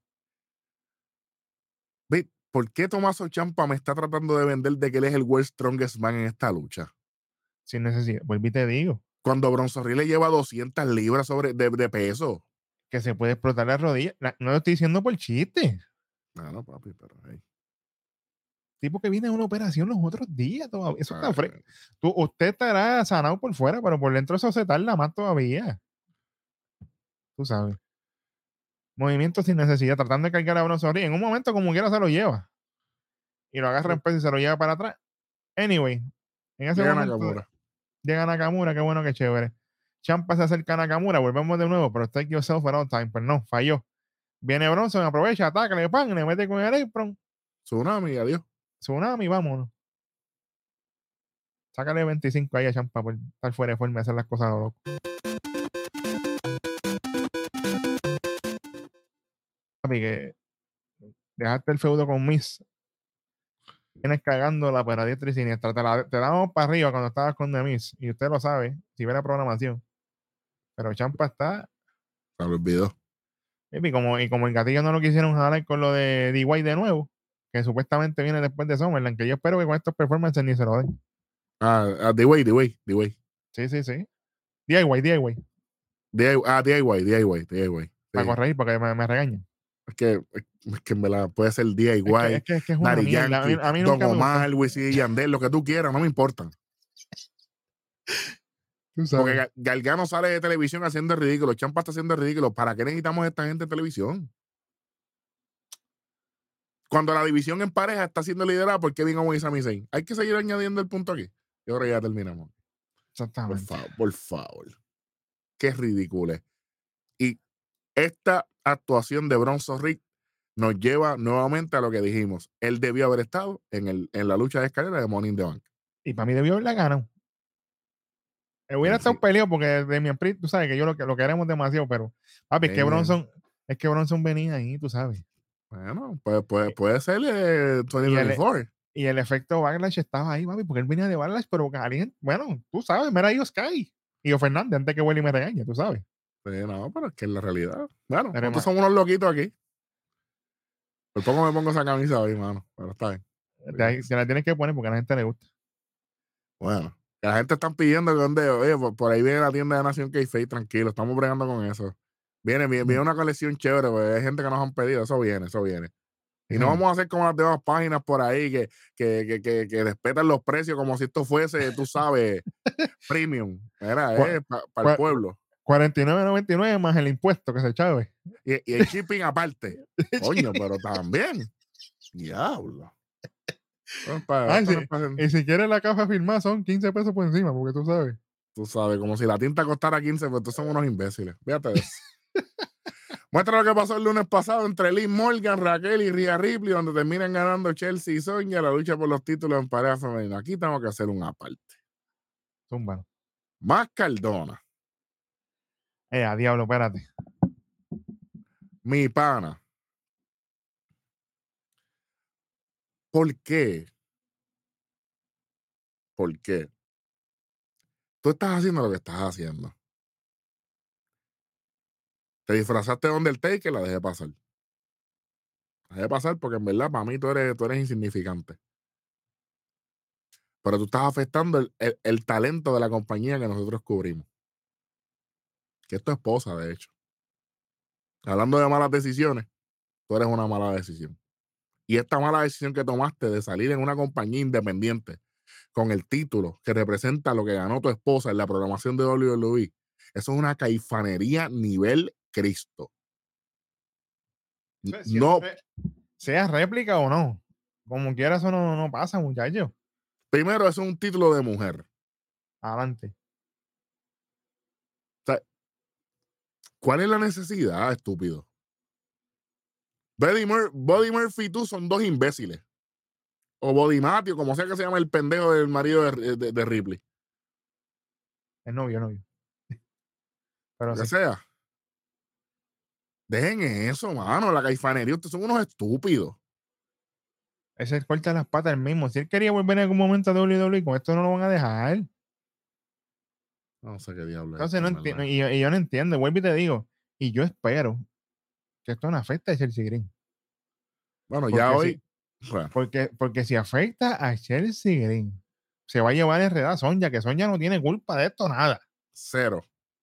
Ve, ¿por qué Tommaso Ciampa me está tratando de vender de que él es el World Strongest Man en esta lucha? Sin necesidad. Vuelvo y te digo Cuando Bronson Reed le lleva doscientas libras sobre, de, de peso. que se puede explotar la rodilla. La- no lo estoy diciendo por chiste. No, no, papi, pero hey. Tipo que viene de una operación los otros días todavía. Eso está Ah, fresco. Tú, usted estará sanado por fuera, pero por dentro eso se tarda más todavía. Tú sabes. Movimiento sin necesidad, tratando de cargar a Bronson Reed. En un momento, como quiera, se lo lleva. Y lo agarra en peso y se lo lleva para atrás. Anyway, en ese llega momento Nakamura. llega Nakamura, qué bueno, qué chévere. Ciampa se acerca a Nakamura, volvemos de nuevo, protect yourself at all time, pero no, falló. Viene Bronson, aprovecha, ataca, le pan, le mete con el apron, Tsunami, adiós. tsunami, vámonos. Sácale veinticinco ahí a Ciampa por estar fuera de forma y hacer las cosas a lo loco. Papi, que dejaste el feudo con Miss. Vienes cagándola para diestra y siniestra. Te, la, te damos para arriba cuando estabas con The Miz. Y usted lo sabe, si ve la programación. Pero Ciampa está. Se me olvidó. Y como, y como el gatillo no lo quisieron jalar con lo de D Y de nuevo, que supuestamente viene después de Summerland, que yo espero que con estos performances ni se lo den. Ah, ah D-Way, D-Way, D-Way. Sí, sí, sí. D I Y, D I Y. D I Y, ah, D I Y, D I Y, D I Y. Para Sí. corregir, porque me, me regañan. Es que, es que en verdad puede ser D I Y, Es que es, que, es, que es una Daddy mierda. A mí, Yankee, a mí Don nunca me gustó. Omar, Wisin y Yandel, lo que tú quieras, no me importan. Tú Porque sabes. Ga- Gargano sale de televisión haciendo el ridículo, Ciampa está haciendo el ridículo. ¿Para qué necesitamos esta gente en televisión? Cuando la división en pareja está siendo liderada por Kevin Owens y Sami Zayn. Hay que seguir añadiendo el punto aquí. Yo creo que ya terminamos. Por Exactamente. favor, por favor. Qué ridículo es. Y esta actuación de Bronson Reed nos lleva nuevamente a lo que dijimos. Él debió haber estado en, el, en la lucha de escalera de Money in the Bank. Y para mí debió haberla ganado. Eh, Hubiera Sí, estado sí. peleado porque de mi Priest, tú sabes que yo lo, que- lo queremos demasiado, pero papi, es que Tenía- Bronson, es que Bronson venía ahí, tú sabes. Bueno, pues, pues, puede ser eh, Y el, veinte veinticuatro. y el efecto Backlash estaba ahí, papi, porque él venía de Backlash, pero caliente. Bueno, tú sabes, mira Io Sky. Y Io Fernández, antes que Willy me regañe, tú sabes. Sí, no, pero es que en la realidad. Bueno, Pero, nosotros ma- somos unos loquitos aquí. Por poco me pongo esa camisa hoy, mano. Pero está bien. te, te la tienes que poner porque a la gente le gusta. Bueno, que la gente está pidiendo que donde, oye, por, por ahí viene la tienda de Nación K-Face, tranquilo, estamos bregando con eso. Viene, viene, viene una colección chévere, pues hay gente que nos han pedido, eso viene, eso viene. Y no vamos a hacer como las demás páginas por ahí que, que, que, que, que respetan los precios como si esto fuese, tú sabes, premium. Era, Cua- eh, para el cua- pueblo. cuarenta y nueve noventa y nueve más el impuesto que se chave. Y, y el shipping aparte. Coño, pero también. Diablo. Esto no es pa- Ah, esto sí, no es pa- y si quieres la caja firmada son quince pesos por encima, porque tú sabes. Tú sabes, como si la tinta costara quince, pues estos son unos imbéciles. Fíjate de eso. Muestra lo que pasó el lunes pasado entre Liz Morgan, Raquel y Rhea Ripley, donde terminan ganando Chelsea y Sonya la lucha por los títulos en pareja femenina. Aquí tengo que hacer una parte. Zúmbalo. Más Cardona, Eh, a diablo, espérate. mi pana. ¿Por qué? ¿Por qué? Tú estás haciendo lo que estás haciendo. Te disfrazaste de Undertaker, la dejé pasar. La dejé pasar porque en verdad para mí tú eres, tú eres insignificante. Pero tú estás afectando el, el- el talento de la compañía que nosotros cubrimos. Que es tu esposa, de hecho. Hablando de malas decisiones, tú eres una mala decisión. Y esta mala decisión que tomaste de salir en una compañía independiente con el título que representa lo que ganó tu esposa en la programación de W W E, eso es una caifanería nivel Cristo. Sea, No, sea réplica o no. Como quiera, eso no, no pasa, muchachos. primero, eso es un título de mujer. Adelante. O sea, ¿cuál es la necesidad, estúpido? Buddy, Mur Buddy Murphy y tú son dos imbéciles. O Body Matthew, como sea que se llama el pendejo del marido de, de, de Ripley. Es novio, novio. Pero Lo que sí. sea. Dejen eso, mano. La caifanería. Ustedes son unos estúpidos. Ese corta las patas el mismo. Si él quería volver en algún momento a W W E, con esto no lo van a dejar. No sé qué diablo es Entonces esto, no en entiendo. verdad. Y, yo- y yo no entiendo. Vuelvo y te digo. Y yo espero que esto no afecte a Chelsea Green. Bueno, ya Porque si, hoy. Bueno, porque, porque si afecta a Chelsea Green, se va a llevar enredada Sonya, que Sonya no tiene culpa de esto, nada. cero.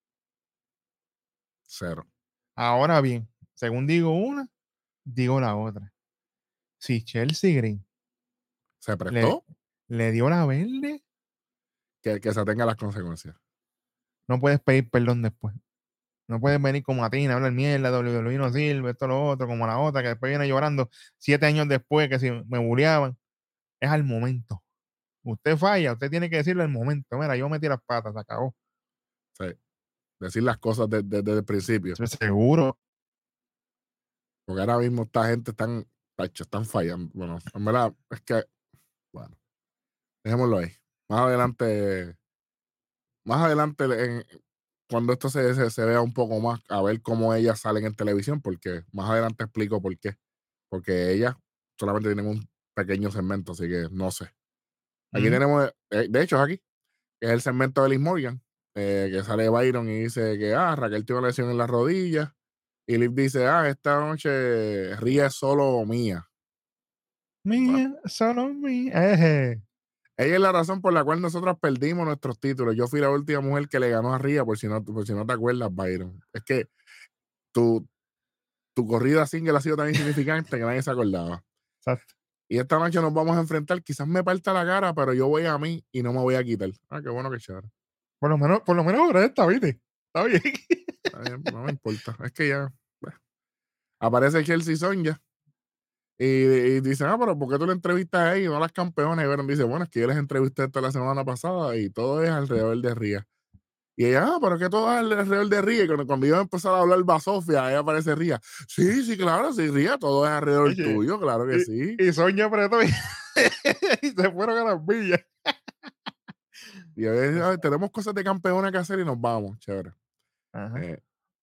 Cero. Ahora bien, según digo una, digo la otra. Si Chelsea Green Se le, prestó le dio la verde, que, que se tenga las consecuencias. no puedes pedir perdón después. No puedes venir como a ti, hablar mierda, W W E no sirve, esto, lo otro, como la otra, que después viene llorando siete años después, que si me bulleaban. Es al momento. Usted falla, usted tiene que decirlo al momento. Mira, yo metí las patas, se acabó. Sí. Decir las cosas de- de- desde el principio. Seguro. Porque ahora mismo esta gente están, tacho, están fallando. Bueno, en verdad, es que, bueno, dejémoslo ahí. Más adelante, más adelante, en- cuando esto se, se, se vea un poco más, a ver cómo ellas salen en televisión, porque más adelante explico por qué. Porque ellas solamente tienen un pequeño segmento, así que no sé. Aquí Mm. tenemos, eh, de hecho, es aquí, que es el segmento de Liz Morgan, eh, que sale Byron y dice que, ah, Raquel tiene una lesión en la rodilla. Y Liv dice, ah, esta noche Ría es solo mía. Bueno, Mía, solo mía. Eje. ella es la razón por la cual nosotros perdimos nuestros títulos. Yo fui la última mujer que le ganó a Ría, por si no, por si no te acuerdas, Byron. Es que tu, tu corrida single ha sido tan insignificante que nadie se acordaba. Exacto. Y esta noche nos vamos a enfrentar. Quizás me parta la cara, pero yo voy a mí y no me voy a quitar. Ah, qué bueno que chévere. Por lo menos, por lo menos ahora está, ¿viste? Está bien. Está bien, no me importa. Es que ya. Bueno. Aparece Chelsea Sonya. Y, y dicen, ah, pero ¿por qué tú le entrevistas a ella y no a las campeonas? Y Veron dice, bueno, es que yo les entrevisté esta la semana pasada y todo es alrededor de Ría. Y ella, ah, pero que todo es alrededor de Ría. Y cuando, cuando yo empezar a hablar Basofia, ahí aparece Ría. Sí, sí, claro, sí, Ría, todo es alrededor Oye, tuyo, claro que sí. Y, y Sonia apretó y, y se fueron a las villas. Y a veces, "Ay, tenemos cosas de campeona que hacer y nos vamos, chévere. Ajá. Eh,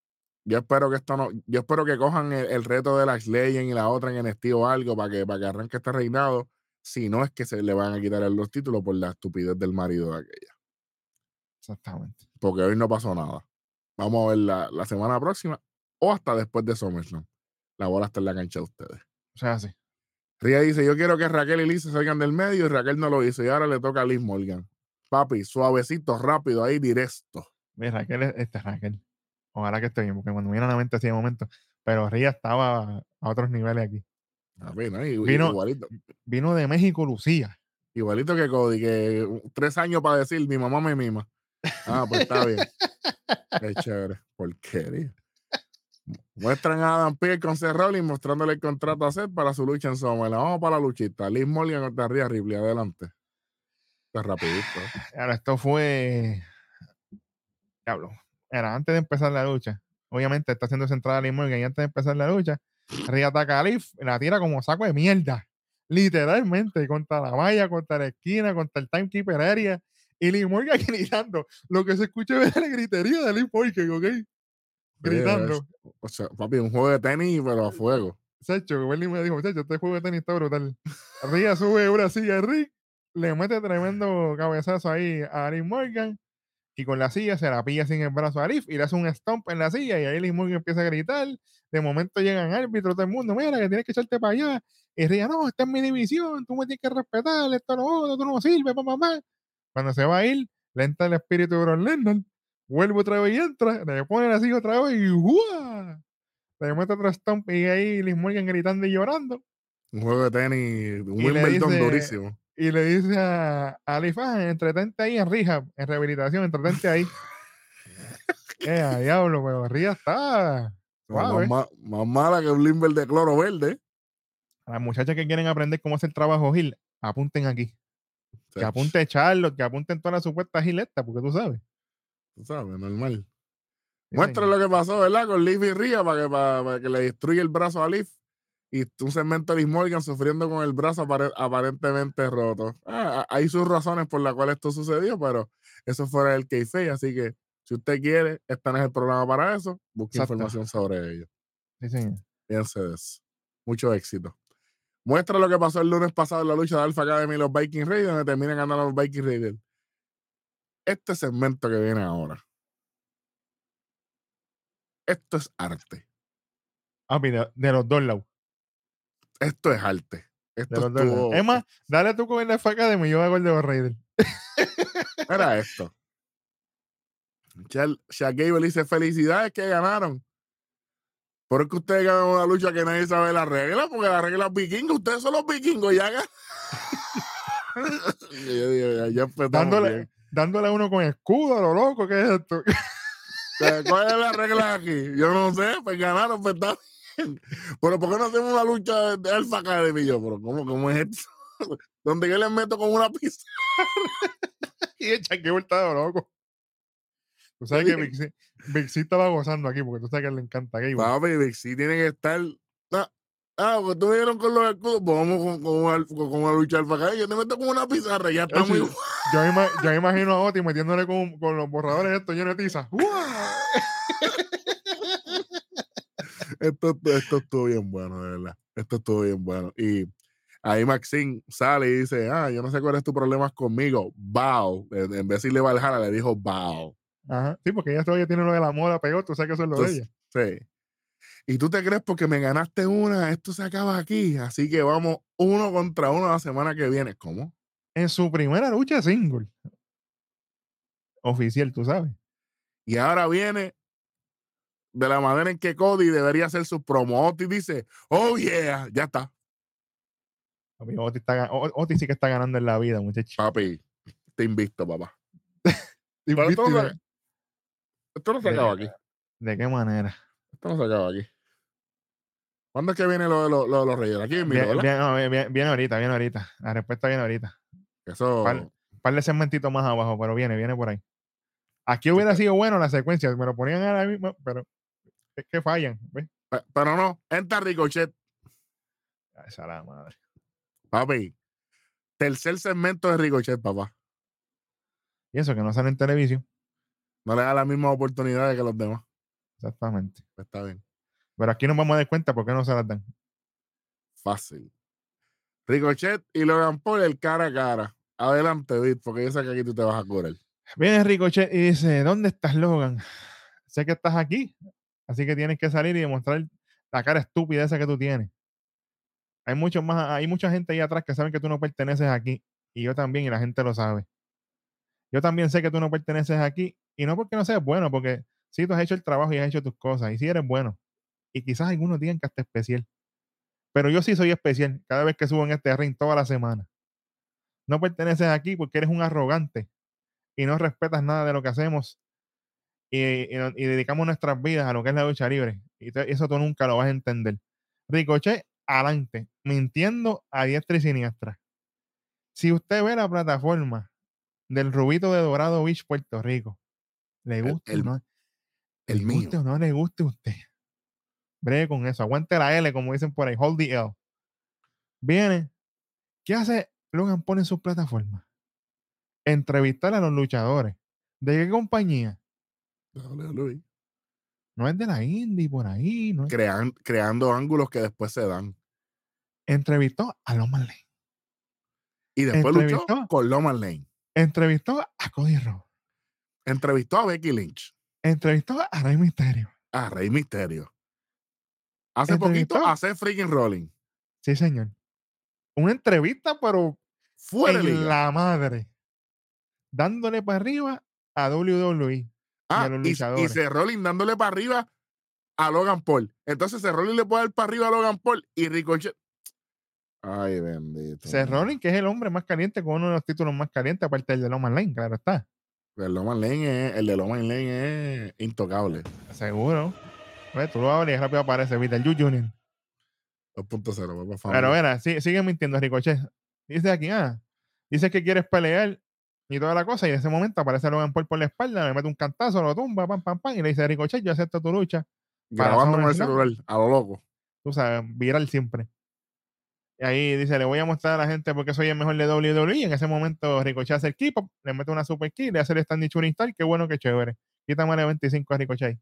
yo espero que esto no, yo espero que cojan el, el reto de la Legend y la otra en N X T o algo para que, para que arranque este reinado. Si no es que se le van a quitar los títulos por la estupidez del marido de aquella. Exactamente. Porque hoy no pasó nada. Vamos a ver la, la semana próxima o hasta después de SummerSlam. La bola está en la cancha de ustedes. O sea, sí. Ria dice, yo quiero que Raquel y Liz se salgan del medio y Raquel no lo hizo y ahora le toca a Liz Morgan. Papi, suavecito, rápido, ahí directo. Mira, Raquel, es- este Raquel. Ojalá que esté bien, porque cuando viene a la mente así de momento. Pero Ría estaba a otros niveles aquí. Papi, ¿no? Y- Vino- igualito, Vino de México, Lucía. igualito que Cody, que uh, tres años para decir, mi mamá me mima. Ah, pues está bien. Qué chévere. Porquería. Muestran a Adam Pearce con Seth Rollins mostrándole el contrato a Seth para su lucha en SummerSlam. Vamos para la luchita. Liz Morgan contra Rhea Ripley. Adelante. Está rapidito. Ahora, esto fue. Diablo. Era antes de empezar la lucha. Obviamente está haciendo centrada Liv Morgan y antes de empezar la lucha, Rhea ataca a Liv, la tira como saco de mierda. Literalmente, contra la valla, contra la esquina, contra el timekeeper area. Y Liv Morgan gritando. Lo que se escucha es la gritería de Liv Morgan, ¿ok? Gritando. O sea, papi, un juego de tenis, pero a fuego. Sacho, Bernie me dijo, Sacho, este juego de tenis está brutal. Rhea sube una silla de Rick, le mete tremendo cabezazo ahí a Liv Morgan y con la silla se la pilla sin el brazo a Liv y le hace un stomp en la silla y ahí Liv Morgan empieza a gritar. De momento llegan árbitros, todo el mundo, mira que tienes que echarte para allá. Y Rhea, no, esta es mi división, tú me tienes que respetar, esto no, otro, tú no sirves, papá, mamá. Cuando se va a ir, le entra el espíritu de Brock Lesnar, vuelve otra vez y entra, le pone la silla otra vez y ¡guau! Le mete otro stomp y ahí Liv Morgan gritando y llorando. Un juego de tenis, un Y le Wimbledon dice- durísimo. Y le dice a, a Liv, ah, entretente ahí en rehab, en rehabilitación, entretente ahí. Eh, a diablo, pero Ría está Más, suave. ma- más mala que un limber de cloro verde. A las muchachas que quieren aprender cómo hacer trabajo Gil, apunten aquí. Que Sech, apunte Charlotte, que apunten todas las supuestas giletas, porque tú sabes. tú sabes, normal. Sí, Muestra señor. lo que pasó, ¿verdad? Con Liv y Rhea para que, para, para que le destruya el brazo a Liv. Y un segmento de Liv Morgan sufriendo con el brazo apare- aparentemente roto. Ah, hay sus razones por las cuales esto sucedió, pero eso fuera el kayfabe. Así que si usted quiere, este no es el programa para eso. Busque Exacto. información sobre ello. Sí, señor. Fíjense de eso. Mucho éxito. Muestra lo que pasó el lunes pasado en la lucha de Alpha Academy y los Viking Raiders, donde terminan ganando los Viking Raiders. Este segmento que viene ahora. Esto es arte. Ah, mira, de los dos lados. Esto es arte. De Esto los dos lados. estuvo. Es más, dale tú con el F Academy y yo hago el de los Raiders. Era esto. Shaq Shaq Gable dice: felicidades que ganaron. Pero es que ustedes ganan una lucha que nadie sabe la regla, porque la regla es vikingo. Ustedes son los vikingos, ya ganan. Y yo digo, ya, ya empezamos Dándole, bien. dándole a uno con escudo, a lo loco, ¿qué es esto? O sea, ¿cuál es la regla aquí? Yo no sé, pues ganaron, pues está bien. Pero ¿por qué no hacemos una lucha de, de Alpha Academy? Y yo, pero ¿cómo, cómo es esto? Donde yo les meto con una pizza. Y el Chanqueo estaba loco. Tú sabes que Big C, Big C estaba gozando aquí porque tú sabes que le encanta Gable. Papi, Big C tiene que estar. Ah, ah, porque tú me dieron con los escudos, pues vamos con, con, una, con, con una lucha Alpha Academy. Yo te meto con una pizarra, ya está Eso, muy. yo, yo, me ima- yo me imagino a Oti metiéndole con, con los borradores estos llenos de tiza. Esto, esto estuvo bien bueno, de verdad. Esto estuvo bien bueno. Y ahí Maxine sale y dice: ah, yo no sé cuál es tu problema conmigo. Bow. En, en vez de decirle Valhalla, le dijo Bow. Ajá. Sí, porque ella todavía tiene lo de la moda pegó, tú sabes que eso es lo Entonces, de ella. sí. Y tú te crees porque me ganaste una, esto se acaba aquí. Así que vamos uno contra uno la semana que viene. ¿Cómo? En su primera lucha single. Oficial, tú sabes. Y ahora viene de la manera en que Cody debería hacer sus promos. Y dice: oh yeah, ya está. Papi, Oti, está, ga- O- Oti sí que está ganando en la vida, muchachos. Papi, te invisto, papá. Y Pero esto viste, no, de, se, esto no se de- acaba aquí. ¿de qué manera? Esto no se acaba aquí. ¿Cuándo es que viene lo de lo, lo de los Reyes? Aquí mismo, Bien, ¿verdad? bien, no, bien- bien- viene ahorita, viene ahorita. La respuesta viene ahorita. Eso. Par, par de segmentitos más abajo, pero viene, viene por ahí. Aquí hubiera sido bueno la secuencia, me lo ponían a la misma, pero es que fallan. ¿Ves? pe- Pero no, entra Ricochet, Ay, esa la madre. papi. Tercer segmento de Ricochet, papá. Y eso que no sale en televisión. No le da las mismas oportunidades que los demás. Exactamente. Pues está bien. Pero aquí nos vamos a dar cuenta por qué no se las dan. Fácil. Ricochet y Logan Paul el cara a cara. Adelante, Vic, porque yo sé que aquí tú te vas a curar. Viene Ricochet y dice, ¿dónde estás, Logan? Sé que estás aquí, así que tienes que salir y demostrar la cara estúpida esa que tú tienes. Hay mucho más, hay mucha gente ahí atrás que saben que tú no perteneces aquí. Y yo también, y la gente lo sabe. Yo también sé que tú no perteneces aquí. Y no porque no seas bueno, porque sí, tú has hecho el trabajo y has hecho tus cosas. Y sí eres bueno. Y quizás algunos digan que hasta especial. Pero yo sí soy especial cada vez que subo en este ring toda la semana. No perteneces aquí porque eres un arrogante y no respetas nada de lo que hacemos y, y, y dedicamos nuestras vidas a lo que es la lucha libre. Y te, eso tú nunca lo vas a entender. Ricochet, adelante, mintiendo a diestra y siniestra. Si usted ve la plataforma del Rubito de Dorado Beach, Puerto Rico, le El, guste el, o no, el le mío. guste o no le guste a usted. Bregue con eso, aguante la L, como dicen por ahí, hold the L. Viene, ¿qué hace Logan Paul en su plataforma? Entrevistar a los luchadores. ¿De qué compañía? W W E. No es de la indie por ahí, no es. Crean, creando ángulos que después se dan. Entrevistó a Loman Lane. Y después luchó Entrevistó, con Loman Lane. entrevistó a Cody Rhodes. Entrevistó a Becky Lynch. Entrevistó a Rey Mysterio. A Rey Misterio. Hace Entrevistó, poquito a Seth freaking Rolling. sí señor. Una entrevista, pero Fuera de en liga. la madre. Dándole para arriba a W W E y a Ah, los y, y luchadores. Seth Rollins dándole para arriba a Logan Paul. Entonces Seth Rollins le puede dar para arriba a Logan Paul y Ricochet. Ay, bendito. Seth Rollins, que es el hombre más caliente con uno de los títulos más calientes, aparte del de Loman Lane, claro está. El, Loman Lane es, el de Loman Lane es intocable. Seguro. Pues, tú lo abres y rápido aparece Vital Yu Junior dos punto cero, por favor. Pero mira, sí, sigue mintiendo Ricochet. Dice aquí, ah, dice que quieres pelear y toda la cosa, y en ese momento aparece Logan Paul por la espalda, le mete un cantazo, lo tumba, pam, pam, pam, y le dice, Ricochet, yo acepto tu lucha. Para Grabando con el SummerSlam. celular, a lo loco. Tú sabes, viral siempre. Y ahí dice, le voy a mostrar a la gente porque soy el mejor de W W E. Y en ese momento Ricochet hace el keep up, le mete una super kick, le hace el standing shooting star, qué bueno, qué chévere. Quítame la veinticinco a Ricochet.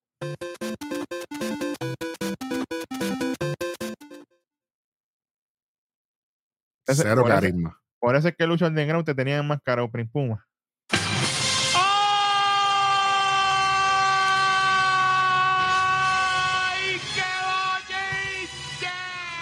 Ese, Cero por, ese, carisma. por eso es que Lucha Underground te tenía enmascarado, Prim Puma. ¡Ay, qué bonito!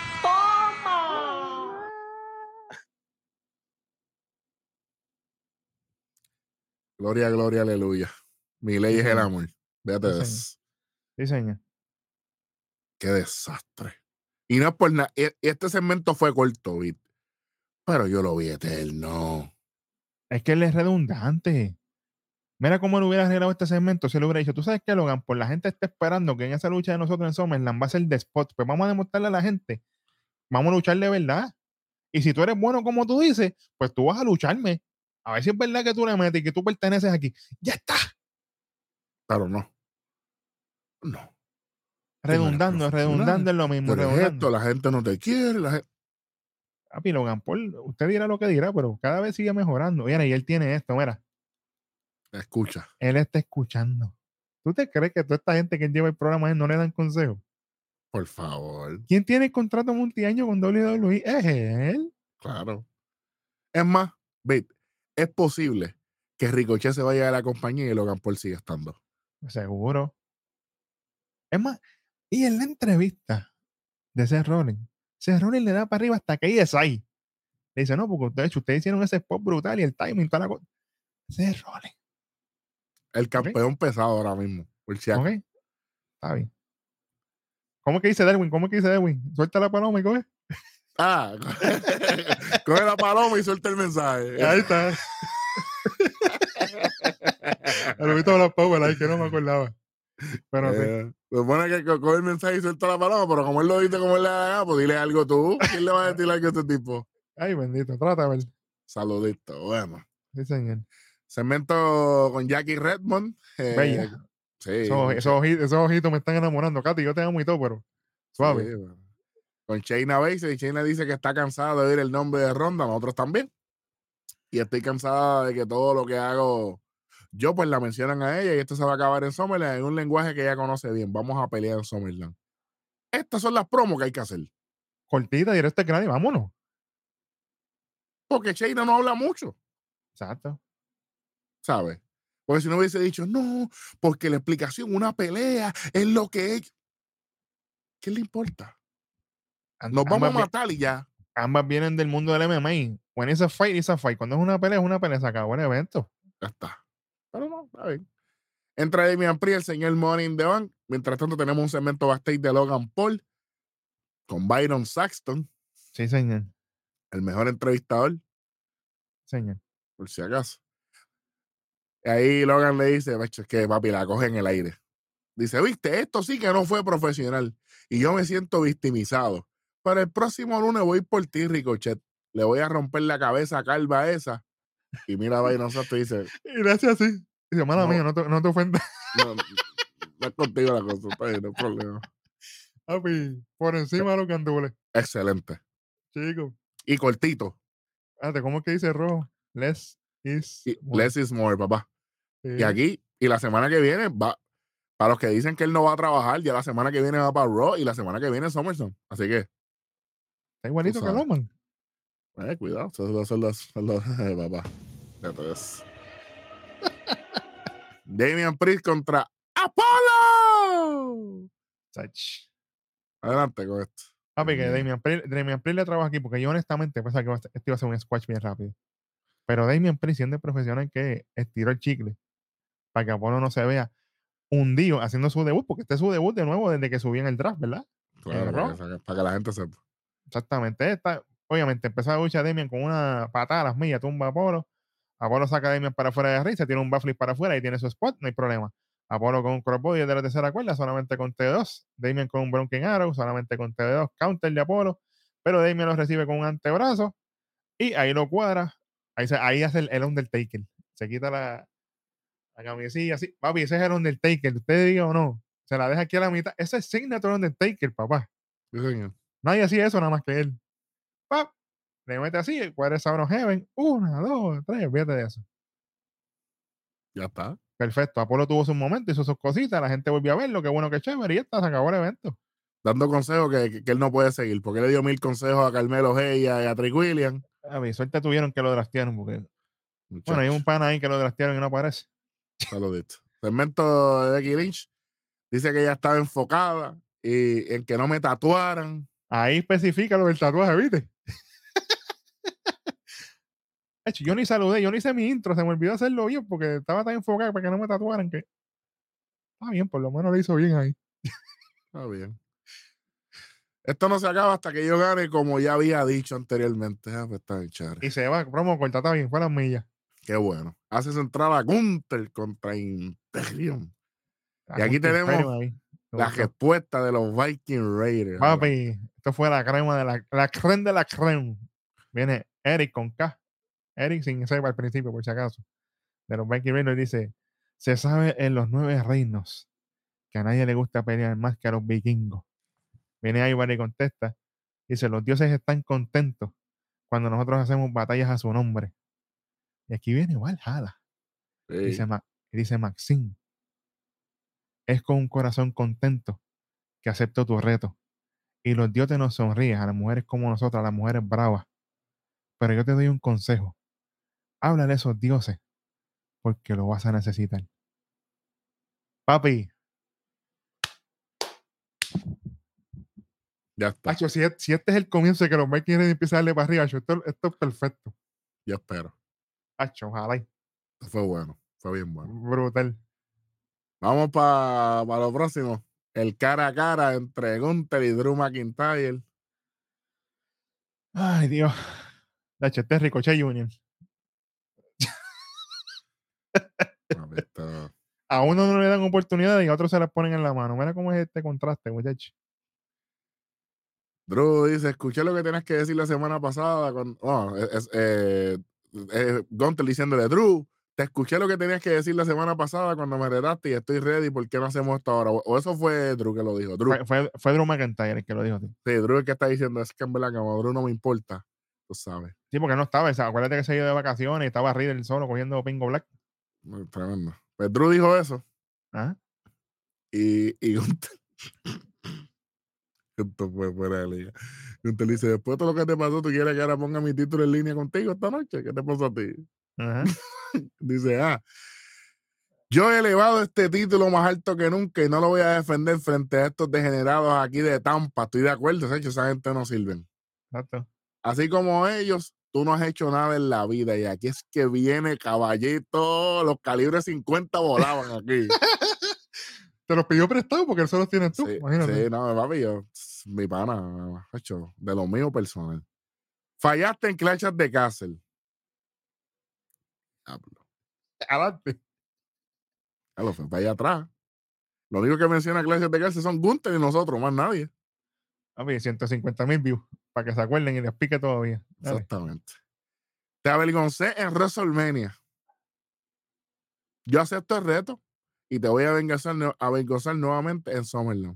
Gloria, gloria, aleluya. Mi ley Sí, es el señor. amor. Véate Sí, de señor. eso. Sí, señor. Qué desastre. Y no es por nada. Este segmento fue corto, Vic, pero yo lo vi eterno. Es que él es redundante. Mira cómo le hubiera arreglado este segmento. Se le hubiera dicho, tú sabes que Logan, por la gente está esperando que en esa lucha de nosotros en SummerSlam va a ser de spot. Pues vamos a demostrarle a la gente. Vamos a luchar de verdad. Y si tú eres bueno como tú dices, pues tú vas a lucharme. A ver si es verdad que tú le metes y que tú perteneces aquí. ¡Ya está! Pero no. No. Redundando, redundando en lo mismo. Pero es Redundando. esto, la gente no te quiere. La gente... Papi, Logan Paul, usted dirá lo que dirá, pero cada vez sigue mejorando. Mira, y él tiene esto, mira. Escucha. Él está escuchando. ¿Tú te crees que toda esta gente que lleva el programa a él no le dan consejos? Por favor. ¿Quién tiene el contrato multiaño con W W E? Es él. Claro. Es más, Vic, es posible que Ricochet se vaya de la compañía y Logan Paul siga estando. Seguro. Es más, y en la entrevista de Seth Rollins, Seth Rollins le da para arriba hasta que ella es ahí. Le dice, no, porque ustedes, ustedes hicieron ese spot brutal y el timing, toda la cosa. Seth Rollins. El campeón okay. pesado ahora mismo. Por si ok, está bien. ¿Cómo que dice Darwin? ¿Cómo que dice Darwin? Suelta la paloma y coge. Ah, coge la paloma y suelta el mensaje. Ahí está. Lo vi todas las power ahí que no me acordaba. Pero eh, sí. Se supone que coge el mensaje y suelta la paloma, pero como él lo dice como él le da, pues dile algo tú. ¿Quién le va a decir algo a este tipo? Ay, bendito, trata de ver. Saludito, bueno. Sí, señor. Segmento con Jackie Redmond. Eh, Bella. Sí. Esos, esos, ojitos, esos ojitos me están enamorando. Katy, yo te amo y todo, pero suave. Sí, bueno. Con Shayna Baszler, y Shayna dice que está cansada de oír el nombre de Ronda, nosotros también. Y estoy cansada de que todo lo que hago Yo pues la mencionan a ella y esto se va a acabar en Summerland en un lenguaje que ella conoce bien. Vamos a pelear en Summerland. Estas son las promos que hay que hacer. Cortita, directo al grano y vámonos. Porque Shayna no habla mucho, Exacto. ¿sabes? Porque si no hubiese dicho, no, porque la explicación, una pelea, es lo que es. ¿Qué le importa? Am- Nos vamos a ambas, vi- matar y ya. ambas vienen del mundo del M M A. When it's a fight, it's a fight. Cuando es una pelea, es una pelea. Se acabó el evento. Ya está. Pero no, está bien. Entra Damian Priest, el señor Money in the Bank. Mientras tanto, tenemos un segmento backstage de Logan Paul con Byron Saxton, Sí, señor. el mejor entrevistador, Señor. por si acaso. Y ahí Logan le dice, "Macho, es que papi la coge en el aire. Dice, viste, esto sí que no fue profesional. Y yo me siento victimizado. Pero el próximo lunes voy por ti, Ricochet. Le voy a romper la cabeza calva esa. Y mira a Byron Saxton y dice, Y gracias, sí. Dice, mala no, mía, no te, no te ofendas. no, no es contigo la cosa, está bien, no hay problema. Papi, por encima de los gandules. Excelente. Chico. Y cortito. Fíjate, ¿cómo es que dice rojo? Less is Y more. less is more, papá. Sí. Y aquí, y la semana que viene, va, para los que dicen que él no va a trabajar, ya la semana que viene va para Raw y la semana que viene SummerSlam. Así que, Está igualito tú que sabes. Roman. eh, cuidado, esos son, son los, son los eh, papá. Entonces, Damian Priest contra Apollo. Sach. Adelante con esto. Papi, que Eh, Damian Priest, Damian Priest le trabaja aquí porque yo honestamente pensaba que iba a ser- esto iba a ser un squash bien rápido. Pero Damian Priest, siendo el profesional que estiró el chicle para que Apolo no se vea hundido haciendo su debut, porque este es su debut de nuevo desde que subió en el draft, ¿verdad? claro, En para Raw. que, para que la gente sepa. Exactamente. Esta, obviamente, empezó a luchar Damian con una patada a las millas, tumba a Apolo. Apolo saca a Damian para afuera de risa, tiene un backflip para afuera y tiene su spot, no hay problema. Apolo con un crossbody de la tercera cuerda, solamente con T dos. Damian con un Broken Arrow, solamente con T dos. Counter de Apolo, pero Damian lo recibe con un antebrazo y ahí lo cuadra. Ahí, se, ahí hace el, el Undertaker. Se quita la, la camisilla así. Papi, ese es el Undertaker. Usted diga o no. Se la deja aquí a la mitad. Ese es Signature Undertaker, papá. Sí, señor. Nadie hacía eso nada más que él. ¡Pap! Le mete así, el cuadro Sound of Heaven. Una, dos, tres, fíjate de eso. Ya está. Perfecto. Apolo tuvo su momento, hizo sus cositas, la gente volvió a verlo, qué bueno, qué chévere, y ya está, se acabó el evento. Dando consejos que, que, que él no puede seguir, porque él le dio mil consejos a Carmelo Hayes y a Trick Williams. A ver, suerte tuvieron que lo draftearon, porque, Muchacho, bueno, hay un pana ahí que lo draftearon y no aparece. saludito. Segmento de Becky Lynch dice que ella estaba enfocada y en que no me tatuaran. Ahí especifica lo del tatuaje, ¿viste? Hecho, yo ni saludé, yo ni hice mi intro, se me olvidó hacerlo bien porque estaba tan enfocado para que no me tatuaran que. Está bien, por lo menos lo hizo bien ahí. Está bien. Esto no se acaba hasta que yo gane, como ya había dicho anteriormente. Ah, pues está bien, chévere. Y se va, promo corta, está bien, fue a las millas. Qué bueno. Haces entrar a Gunther contra Imperium. Y aquí Ajuste tenemos imperio ahí. Me la gustó. respuesta de los Viking Raiders. Papi, esto fue la crema de la, la creme de la creme. Viene Eric con K. Eric sin ser al principio, por si acaso. De los Viking Raiders dice: se sabe en los nueve reinos que a nadie le gusta pelear más que a los vikingos. Viene Ivar y contesta. Dice: los dioses están contentos cuando nosotros hacemos batallas a su nombre. Y aquí viene Valhalla. Sí. Dice, Ma- dice Maxine: es con un corazón contento que acepto tu reto. Y los dioses nos sonríen a las mujeres como nosotras, a las mujeres bravas. Pero yo te doy un consejo. Háblale a esos dioses porque lo vas a necesitar. Papi, Ya está. Acho, si, es- si este es el comienzo de que los Vikings empiezan a darle para arriba, Acho, esto, esto es perfecto. Yo espero. Acho, ojalá. y Esto fue bueno. Fue bien bueno. Brutal. Vamos para pa lo próximo. El cara a cara entre Gunther y Drew McIntyre. Ay, Dios. Acho, este es Ricochet Junior Papi, esto- A uno no le dan oportunidad y a otro se las ponen en la mano. Mira cómo es este contraste, muchacho. Drew dice, escuché lo que tenías que decir la semana pasada. Con, oh, es, es, eh, eh, Gunther diciéndole, Drew, te escuché lo que tenías que decir la semana pasada cuando me retaste y estoy ready. ¿Por qué no hacemos esto ahora? O, o eso fue Drew que lo dijo. Drew. Fue, fue, fue Drew McIntyre el que lo dijo. Tío. Sí, Drew es el que está diciendo, es que en verdad como Drew no me importa. Tú sabes. Sí, porque no estaba. O sea, acuérdate que se iba de vacaciones y estaba Riddle solo cogiendo Pingo Black. Muy tremendo. Pues Drew dijo eso. ¿Ah? Y, y Gunther, esto fue fuera de liga. Gunther le dice, después de todo lo que te pasó, ¿tú quieres que ahora ponga mi título en línea contigo esta noche? ¿Qué te pasó a ti? Ajá. Dice, ah, yo he elevado este título más alto que nunca y no lo voy a defender frente a estos degenerados aquí de Tampa. Estoy de acuerdo, ¿sabes? Esa gente no sirven. Exacto. Así como ellos, tú no has hecho nada en la vida. Y aquí es que viene caballito. Los calibres cincuenta volaban aquí. Te los pidió prestado porque eso los tienes tú. Sí, Imagínate. sí, no, papi, yo, mi pana, hecho, de lo mío personal. Fallaste en clashas de Castle. Diablo. Adelante. Ya lo fue para allá atrás. Lo único que menciona clases de Castle son Gunther y nosotros, más nadie. Papi, ciento cincuenta mil views. Para que se acuerden y les pique todavía. Dale. Exactamente. Te avergoncé en WrestleMania. Yo acepto el reto y te voy a avergonzar, avergonzar nuevamente en SummerSlam.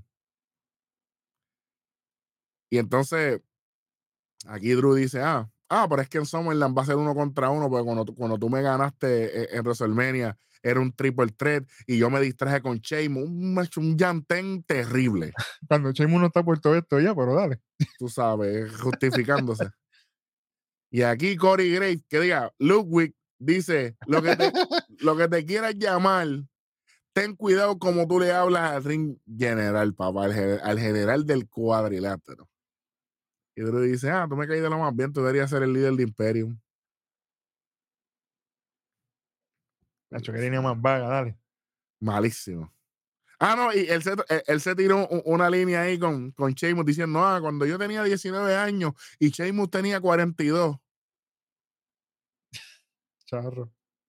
Y entonces, aquí Drew dice, ah, ah, pero es que en SummerSlam va a ser uno contra uno, porque cuando, tú- cuando tú me ganaste en, en WrestleMania era un triple threat y yo me distraje con Sheamus, un, match- un llantén terrible, Cuando Sheamus no está por todo esto ya, pero dale. tú sabes, justificándose. Y aquí Corey Graves, que diga, Ludwig dice, lo que te, lo que te quieras llamar, ten cuidado como tú le hablas al ring general, papá, al, gen- al general del cuadrilátero. Y Drew dice, ah, tú me caí de lo más bien, tú deberías ser el líder de Imperium. La choquería más vaga, dale. Malísimo. Ah, no, y él se, él, él se tiró u- una línea ahí con, con Sheamus diciendo, ah, cuando yo tenía diecinueve años y Sheamus tenía cuarenta y dos. Charro.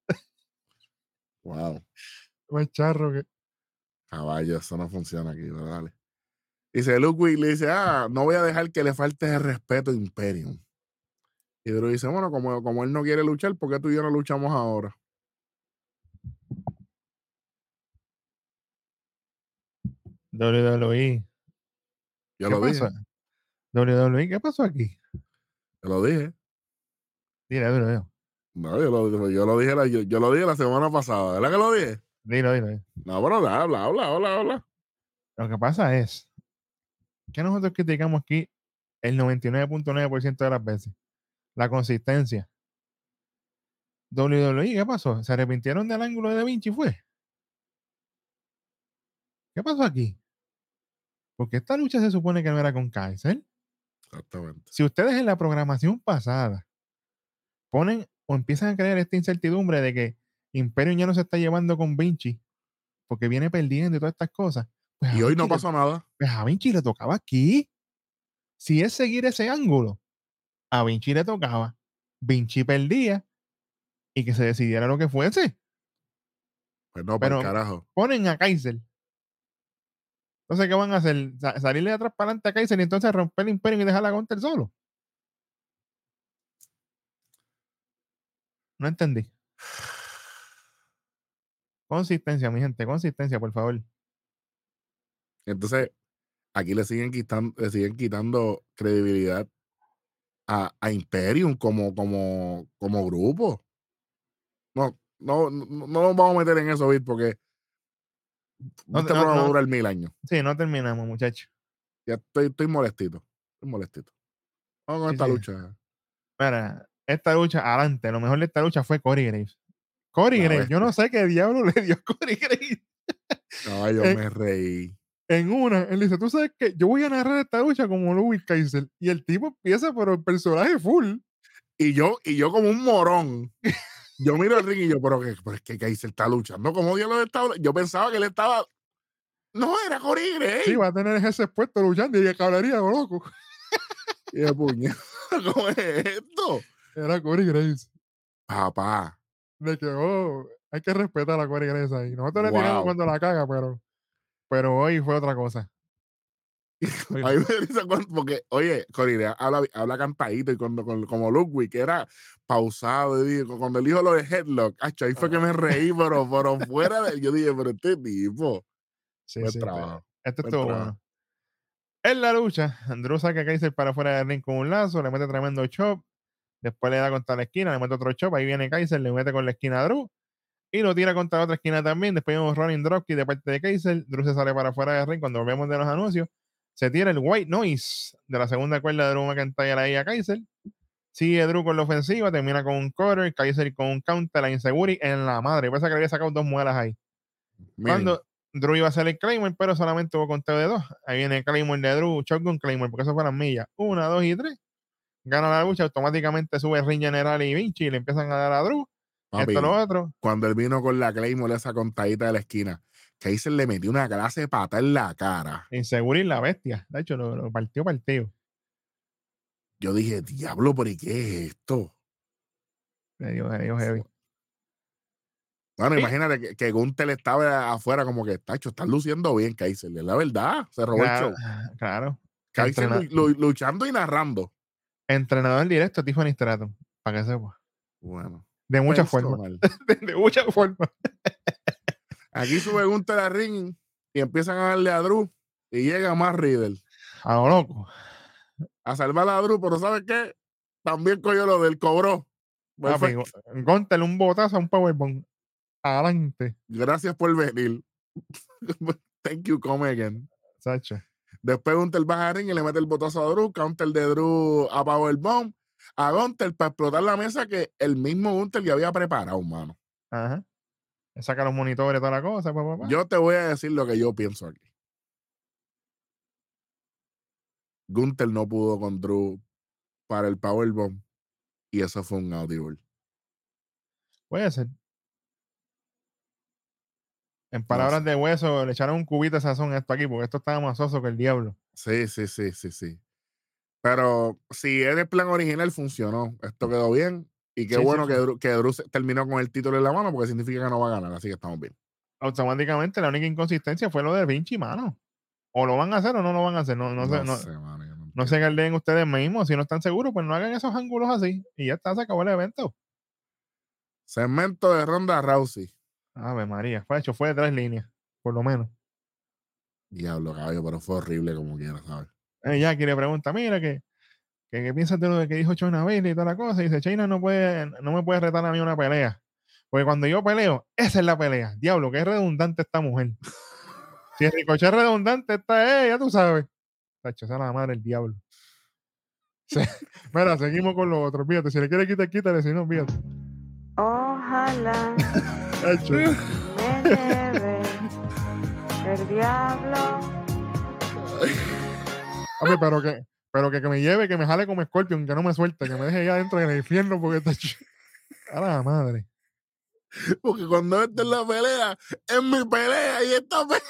Wow, Más charro que. caballo, eso no funciona aquí, pero dale. Dice Ludwig, le dice, ah, no voy a dejar que le falte el respeto a Imperium. Y Drew dice, bueno, como, como él no quiere luchar, ¿por qué tú y yo no luchamos ahora? W W E. Yo ¿Qué lo pasó? dije, W W E, ¿qué pasó aquí? yo lo dije. Dile, dilo, dilo. No, yo lo, yo lo dije la, yo, yo lo dije la semana pasada, ¿verdad que lo dije? Dilo, dilo, dilo. No, pero habla, habla, habla, habla, habla. Lo que pasa es que nosotros criticamos aquí el noventa y nueve punto nueve por ciento de las veces. La consistencia. W W E, ¿qué pasó? ¿Se arrepintieron del ángulo de Da Vinci? ¿Fue? ¿Qué pasó aquí? Porque esta lucha se supone que no era con Kaiser. Exactamente. Si ustedes en la programación pasada ponen o empiezan a crear esta incertidumbre de que Imperio ya no se está llevando con Vinci porque viene perdiendo y todas estas cosas, pues a Y hoy no Vinci, le, pasó nada. pues a Vinci le tocaba aquí. Si es seguir ese ángulo, a Vinci le tocaba. Vinci perdía y que se decidiera lo que fuese. Pues no, para el Pero carajo. ponen a Kaiser. Entonces, ¿qué van a hacer? Sa- salirle de atrás para adelante a Kaiser y entonces romper el Imperio y dejar la Gunter solo. No entendí. Consistencia, mi gente, consistencia, por favor. Entonces, aquí le siguen quitando, le siguen quitando credibilidad a, a Imperium como, como, como grupo. No, no, no, no nos vamos a meter en eso, Vic, porque No, este no, programa va a no, durar mil años. sí, no terminamos, muchachos. Ya estoy, estoy molestito. Estoy molestito. Vamos con Sí, esta sí. lucha. Mira, esta lucha, adelante, lo mejor de esta lucha fue Corey Graves. Corey La Graves, yo no sé qué diablo le dio a Corey Graves. Caballo, En, me reí. en una, él dice, tú sabes que yo voy a narrar esta lucha como Louis Kaiser. Y el tipo empieza, pero el personaje full. Y yo, y yo como un morón. Yo miro el ring y yo, pero que, pero es que Kaiser está luchando. ¿Cómo Dios lo estaba? Yo pensaba que él estaba. No, era Corey Graves. Sí, va a tener ese puesto luchando y cablaría, loco. Y de puñal, ¿cómo es esto? Era Corey Graves. Papá, De que, oh, hay que respetar a Corey Graves ahí. Nosotros le tiramos wow. cuando la caga, pero, pero hoy fue otra cosa. Hoy A mí me dice porque, oye, Corey Graves habla, habla cantadito y cuando, con- como Ludwig, que era pausado, y digo, cuando él dijo lo de Headlock, acho, ahí fue que me reí, pero, pero fuera de. Yo dije, pero este tipo. sí, Buen sí, trabajo. esto Buen estuvo trabajo. bueno. En la lucha, Andrew saca a Kaiser para afuera del ring con un lazo, le mete tremendo chop, después le da contra la esquina, le mete otro chop, ahí viene Kaiser, le mete con la esquina a Drew, y lo tira contra la otra esquina también. Después vemos Running Dropkick de parte de Kaiser. Drew se sale para afuera del ring. Cuando vemos de los anuncios, se tira el White Noise de la segunda cuerda de Drew McIntyre ahí a Kaiser. Sigue Drew con la ofensiva, termina con un cutter, Kaiser con un counter, la insecurity en la madre. Pasa que le había sacado dos muelas ahí. Miren, Cuando Drew iba a hacer el Claymore, pero solamente hubo conteo de dos. Ahí viene el Claymore de Drew, Shotgun Claymore, porque eso fue las millas. Una, dos y tres. Gana la lucha, automáticamente sube el ring general y Vinci y le empiezan a dar a Drew. papi, Esto lo otro. cuando él vino con la Claymore, esa contadita de la esquina, Kaiser le metió una clase de pata en la cara. Inseguri la bestia. De hecho, lo, lo partió partido. Yo dije, diablo, ¿pero y qué es esto? Le dio, le dio heavy. Bueno, Sí. imagínate que, que Gunther estaba afuera como que, tacho, está luciendo bien Kaiser. Es la verdad, se robó Claro, el show. claro. Kaiser Entrena- lu- lu- luchando y narrando. entrenador directo Tiffany Stratton, para que sepa. Bueno. De muchas formas. personal. De, de muchas formas. Aquí sube Gunther a ring y empiezan a darle a Drew y llega más Riddle A lo loco. a salvar a Drew, pero ¿sabes qué? También cogió lo del cobró. Papi, Perfecto. Gunter un botazo a un powerbomb. Adelante. Gracias por venir. Thank you, come again. Sacho. Después Gunther baja al ring y le mete el botazo a Drew, counter de Drew a Powerbomb, a Gunther para explotar la mesa que el mismo Gunther ya había preparado, mano. Ajá. Le saca los monitores y toda la cosa. Pa, pa, pa. Yo te voy a decir lo que yo pienso aquí. Gunther no pudo con Drew para el Powerbomb y eso fue un audible. Puede ser. En palabras sé. de hueso, le echaron un cubito de sazón a esto aquí, porque esto estaba más soso que el diablo. Sí, sí, sí, sí, sí. Pero si es el plan original, funcionó. Esto quedó bien. Y qué Sí, bueno sí, que, fue. Drew, que Drew se- terminó con el título en la mano porque significa que no va a ganar, así que estamos bien. Automáticamente la única inconsistencia fue lo de Vinci, mano. O lo van a hacer o no lo van a hacer. No, no, No, sé, no, sé, mano, yo no no entiendo. se galdeen ustedes mismos. Si no están seguros, pues no hagan esos ángulos así. Y ya está, se acabó el evento. Segmento de Ronda Rousey. Ave María. Fue hecho, fue de tres líneas, por lo menos. Diablo, caballo, pero fue horrible como quiera, ¿sabes? Eh, Jackie le pregunta, mira, ¿qué, qué, qué piensas de lo de que dijo Shayna Bailey y toda la cosa? Y dice, Shayna no, puede, no me puede retar a mí una pelea. Porque cuando yo peleo, esa es la pelea. Diablo, qué redundante esta mujer. Si el Ricochet es redundante, esta es, ya tú sabes. Tacho, esa es la madre del diablo. Se- Mira, seguimos con los otros. Fíjate, si le quiere quitar, quítale, si no, fíjate. Ojalá Tacho. me lleve el diablo. A mí, pero que, pero que, que me lleve, que me jale como Scorpion, que no me suelte, que me deje allá adentro en el infierno, porque tacho. A la madre. Porque cuando esta es la pelea, es mi pelea y esta pelea.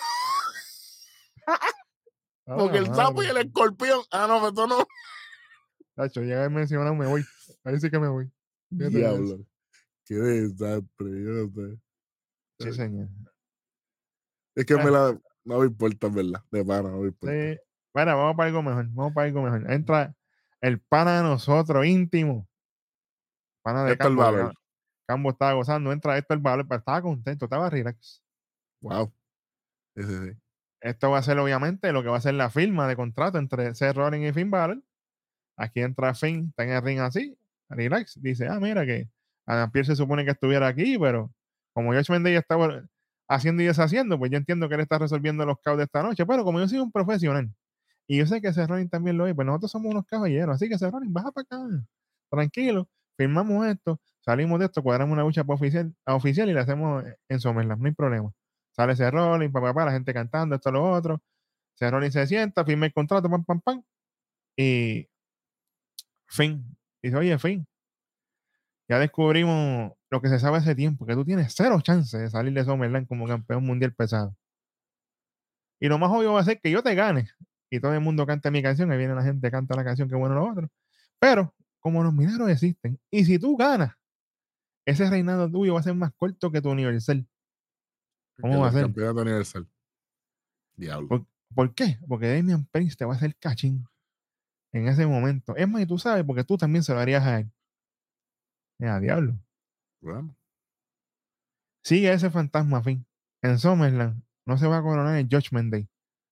A la Porque el sapo y madre. el escorpión. Ah, no, esto no. Tacho, llega a mencionar, me voy. Ahí sí que me voy. Fíjate de eso. Diablo. Qué desastre, yo no sé. Sí, señor. Es que Eh. me la, no me importa, en verdad. De pana, no me importa. Sí. Bueno, vamos para algo mejor. Vamos para algo mejor. Entra el pana de nosotros, íntimo. Pana de Esto es el Cambo. que valor. Cambo estaba gozando. Entra esto el valor, pero estaba contento, estaba relax. Wow. Sí, sí, sí. Esto va a ser, obviamente, lo que va a ser la firma de contrato entre Seth Rollins y Finn Balor. Aquí entra Finn, está en el ring así, relax. Dice, ah, mira que Adam Pearce se supone que estuviera aquí, pero como Josh Mendez estaba haciendo y deshaciendo, pues yo entiendo que él está resolviendo los caos de esta noche. Pero como yo soy un profesional y yo sé que Seth Rollins también lo es, pues nosotros somos unos caballeros. Así que Seth Rollins, baja para acá, tranquilo, firmamos esto, salimos de esto, cuadramos una lucha para oficial, a oficial y la hacemos en SummerSlam, no hay problema. Sale Seth Rollins, papá, papá, la gente cantando, esto, lo otro. Seth Rollins se sienta, firma el contrato, pam, pam, pam. Y Finn dice, oye, Finn, ya descubrimos lo que se sabe hace tiempo, que tú tienes cero chances de salir de SummerSlam como campeón mundial pesado. Y lo más obvio va a ser que yo te gane y todo el mundo cante mi canción, ahí viene la gente, canta la canción, qué bueno lo otro. Pero, como los milagros existen, y si tú ganas, ese reinado tuyo va a ser más corto que tu universal. ¿Cómo Que va a el ser? campeonato universal. Diablo. ¿Por, ¿por qué? Porque Damian Priest te va a hacer cachín en ese momento. Es más, y tú sabes, porque tú también se lo harías a él. Ya, diablo. Bueno. Sigue ese fantasma, Finn. En SummerSlam no se va a coronar el Judgment Day.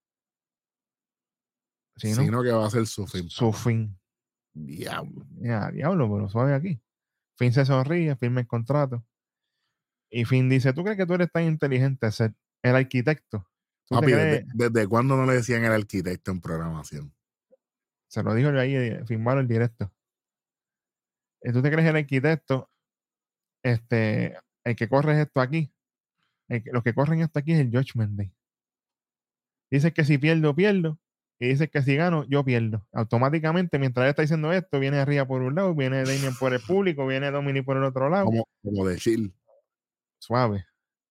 Sino, Sino que va a ser su fin. su papá. fin. Diablo. Ya, diablo, pero suave aquí. Finn se sonríe, firma el contrato. Y Finn dice, ¿tú crees que tú eres tan inteligente, Seth? El arquitecto. ¿Tú Papi, te ¿desde, crees? desde cuándo no le decían el arquitecto en programación? Se lo dijo ahí, eh, Finn Balor directo. Eh, ¿Tú te crees el arquitecto? Este, el que corre esto aquí. El que- los que corren esto aquí es el Judgment Day. Dice que si pierdo, pierdo. Y dice que si gano, yo pierdo. Automáticamente, mientras él está diciendo esto, viene Rhea por un lado, viene Damian por el público, viene Dominic por el otro lado. Como, como de chill. Suave.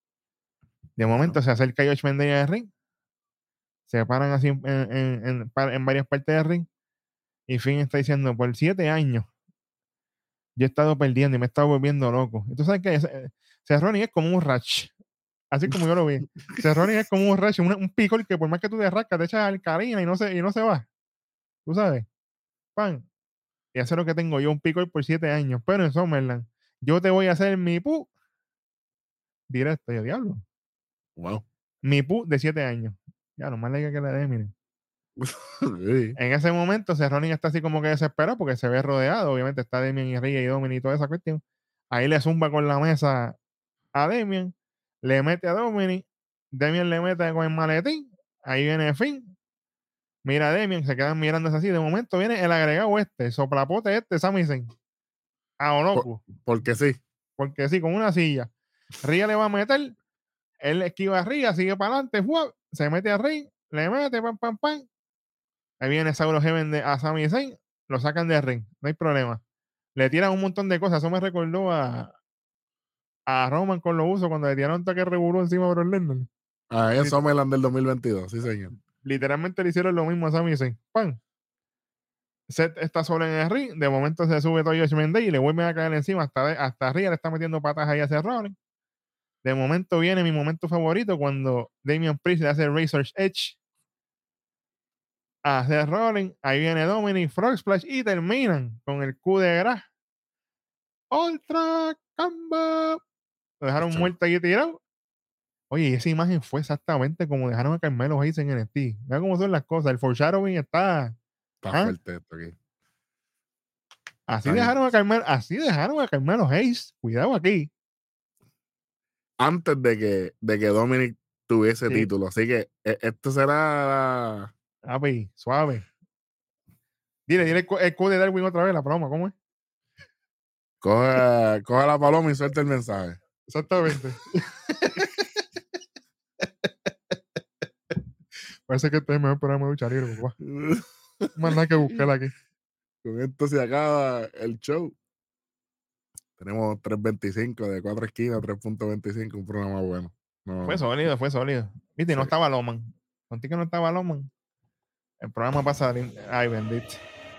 De Bueno. momento se acerca Judgment Day al ring. Se paran así en, en- en- pa- en varias partes del ring. Y Finn está diciendo, por siete años, yo he estado perdiendo y me he estado volviendo loco. Y tú sabes que Cerrone es como un rash. Así como yo lo vi. Cerrone es como un rash, un, un picor que por más que tú te rascas, te echas alcalina y no se, y no se va. Tú sabes. Pan. Y hacer lo que tengo yo, un picor por siete años. Pero en Summerland, yo te voy a hacer mi pu directo. Yo, diablo. Wow. Mi pu de siete años. Ya, lo más legal que le dé, miren. Sí. En ese momento, Cerrone está así como que desesperado porque se ve rodeado. Obviamente está Damian y Rhea y Dominic y toda esa cuestión. Ahí le zumba con la mesa a Damian, le mete a Dominic, Damian le mete con el maletín. Ahí viene Finn. Mira a Damian, se quedan mirando así. De momento viene el agregado este, el soplapote este, Sami Zayn. A Por- loco. porque sí. Porque sí, con una silla. Rhea le va a meter, él esquiva a Rhea, sigue para adelante, se mete a Rey, le mete, pam, pam, pam. Ahí viene Sauro Heaven de, a Sami Zayn, lo sacan de ring, no hay problema. Le tiran un montón de cosas. Eso me recordó a, a Roman con los usos cuando le tiraron un toque reburú encima de Brock Lesnar. Ah, es Lit- Summerland del dos mil veintidós, sí, señor. Literalmente le hicieron lo mismo a Sami Zayn. ¡Pam! Seth está solo en el ring. De momento se sube todo Judgment Day y le vuelven a caer encima. Hasta, hasta Rhea le está metiendo patas ahí a Seth Rollins. De momento viene mi momento favorito cuando Damian Priest le hace el Razor's Edge a Seth Rollins. Ahí viene Dominic, Frog Splash y terminan con el Q de Gras. Ultra Combo. Lo dejaron Chacho, muerto ahí tirado. Oye, esa imagen fue exactamente como dejaron a Carmelo Hayes en N X T. Mira cómo son las cosas. El foreshadowing está. está ¿Ah? fuerte esto aquí. Así Ay, dejaron a Carmelo, así dejaron a Carmelo Hayes. Cuidado aquí. antes de que, de que Dominic tuviese Sí. título. Así que e- esto será. Papi, suave. Dile, dile el, cu- el Q de Darwin otra vez, la broma, ¿cómo es? Coge, coge la paloma y suelta el mensaje. Exactamente. Parece que este es el mejor programa de lucha libre, papá. Más nada que buscar aquí. Con esto se acaba el show. Tenemos tres veinticinco de cuatro esquinas, tres punto veinticinco, un programa bueno. No, Fue sólido, fue sólido. Viste, y no sí. estaba Loman. Contigo no estaba Loman. El programa pasa. Ay, bendito.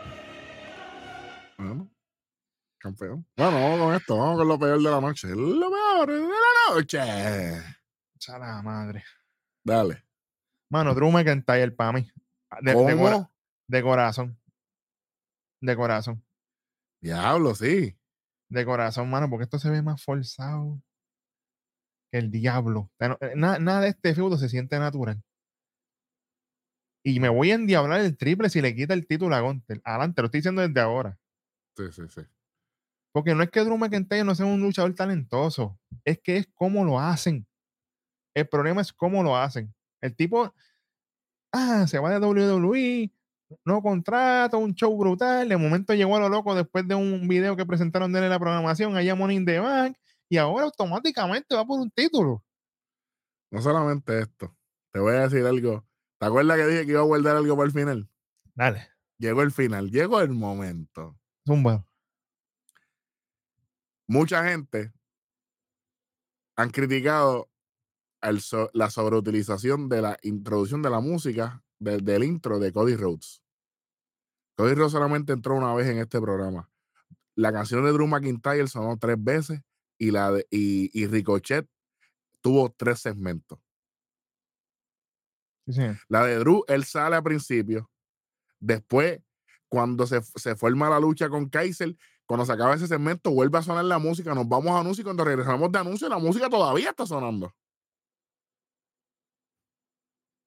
Bueno, campeón. Bueno, vamos con esto. Vamos con lo peor de la noche. Lo peor de la noche. Chala madre. Dale. Mano, Drew McIntyre para mí. De, de, cora- ¿Cómo? de corazón. De corazón. Diablo, sí. De corazón, mano, porque esto se ve más forzado que el diablo. Na- na- nada de este feudo se siente natural. Y me voy a endiablar el triple si le quita el título a Gunter. Adelante, lo estoy diciendo desde ahora. Sí, sí, sí. Porque no es que Drew McIntyre no sea un luchador talentoso. Es que es cómo lo hacen. El problema es cómo lo hacen. El tipo, ah, se va de W W E, no contrata, un show brutal. De momento llegó a lo loco después de un video que presentaron de él en la programación, allá Money in the Bank, y ahora automáticamente va por un título. No solamente esto. Te voy a decir algo. ¿Te acuerdas que dije que iba a guardar algo para el final? Dale, Llegó el final. Llegó el momento. zumba. Mucha gente han criticado el so- la sobreutilización de la introducción de la música de- del intro de Cody Rhodes. Cody Rhodes solamente entró una vez en este programa. La canción de Drew McIntyre sonó tres veces y, la de, y, y Ricochet tuvo tres segmentos. Sí, sí. La de Drew, él sale al principio. Después, cuando se, se forma la lucha con Kaiser, cuando se acaba ese segmento, vuelve a sonar la música. Nos vamos a anuncio y cuando regresamos de anuncio, la música todavía está sonando.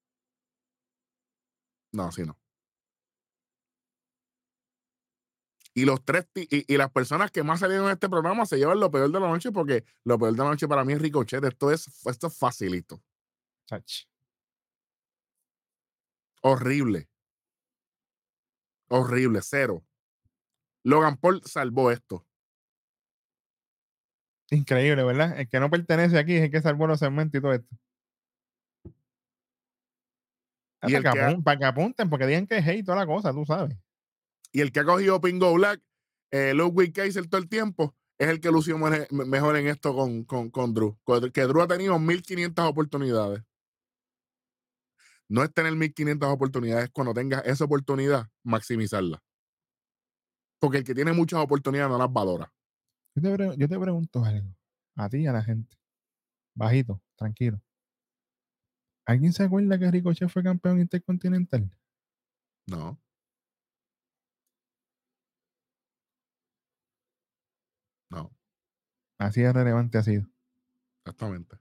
No, así no. Y los tres ti- y, y las personas que más salieron en este programa se llevan lo peor de la noche porque lo peor de la noche para mí es Ricochet. Esto es, esto es facilito. Chach. Horrible. Horrible. Cero. Logan Paul salvó esto. Increíble, ¿verdad? El que no pertenece aquí es el que salvó los segmentos y todo esto. Ah, Y para, el que que ha- apun- para que apunten, porque digan que es hate y toda la cosa, tú sabes. Y el que ha cogido Pingo Black, eh, Ludwig Kaiser todo el tiempo, es el que lució me- mejor en esto con, con, con Drew. Que Drew ha tenido mil quinientas oportunidades. No es tener mil quinientas oportunidades, cuando tengas esa oportunidad, maximizarla. Porque el que tiene muchas oportunidades no las valora. Yo te, pre- yo te pregunto algo. A ti y a la gente. Bajito, tranquilo. ¿Alguien se acuerda que Ricochet fue campeón intercontinental? No, no, Así de relevante ha sido. exactamente.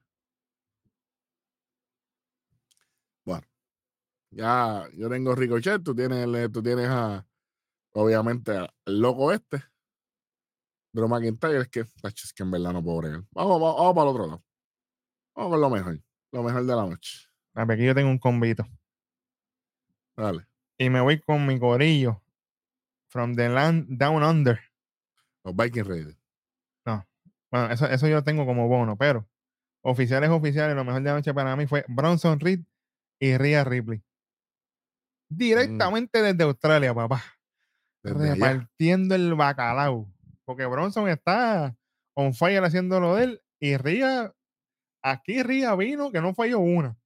Bueno, ya yo tengo Ricochet, tú tienes, el- tú tienes a, obviamente, al loco este, Drew McIntyre, es que, ach, es que en verdad no puedo bregar. Vamos, vamos, vamos para el otro lado. Vamos con lo mejor, lo mejor de la noche. A ver, aquí yo tengo un convito. Dale, Y me voy con mi gorillo. From the land down under. los Viking Raiders. No. Bueno, eso, eso yo lo tengo como bono, pero oficiales, oficiales, lo mejor de la noche para mí fue Bronson Reed y Rhea Ripley. Directamente desde Australia, papá. Desde allá. Repartiendo el bacalao. Porque Bronson está on fire haciendo lo de él. Y Rhea, aquí Rhea vino que no falló una.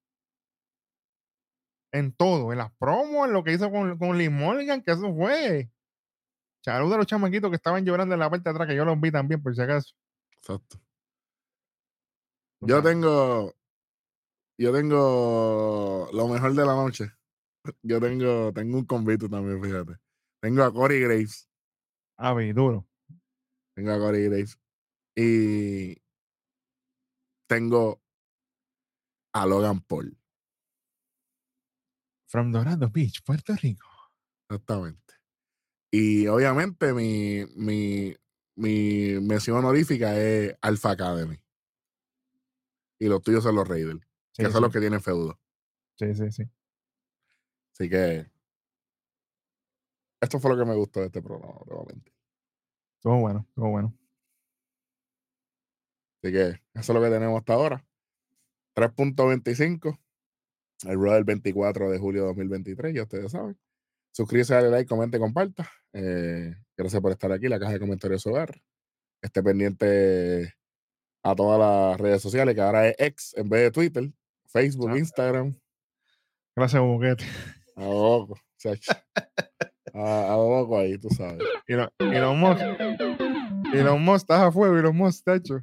En todo, en las promos, en lo que hizo con, con Liv Morgan, que eso fue. Saludos a los chamaquitos que estaban llorando en la parte de atrás, que yo los vi también, por si acaso. Exacto. Tú Yo sabes. tengo, yo tengo lo mejor de la noche. Yo tengo, tengo un convito también, fíjate. Tengo a Corey Graves. Ah, vi, duro. Tengo a Corey Graves. Y tengo a Logan Paul. From Dorado Beach, Puerto Rico. Exactamente. Y obviamente mi, mi, mi mención honorífica es Alpha Academy. Y los tuyos son los Raiders, Sí, que son sí. los que tienen feudo. Sí, sí, sí. Así que esto fue lo que me gustó de este programa, obviamente. Estuvo bueno, estuvo bueno. Así que eso es lo que tenemos hasta ahora. tres punto veinticinco. El Raw del veinticuatro de julio de dos mil veintitrés, ya ustedes saben. Suscríbase, dale like, comente, comparta. Eh, gracias por estar aquí, la caja de comentarios de su hogar. Esté pendiente a todas las redes sociales, que ahora es X en vez de Twitter, Facebook, Ah. Instagram. Gracias, Buquete. A loco, chacho. A, a loco ahí, tú sabes. Y los y los Musk. Y los Musk estás a fuego y los Musk, tacho.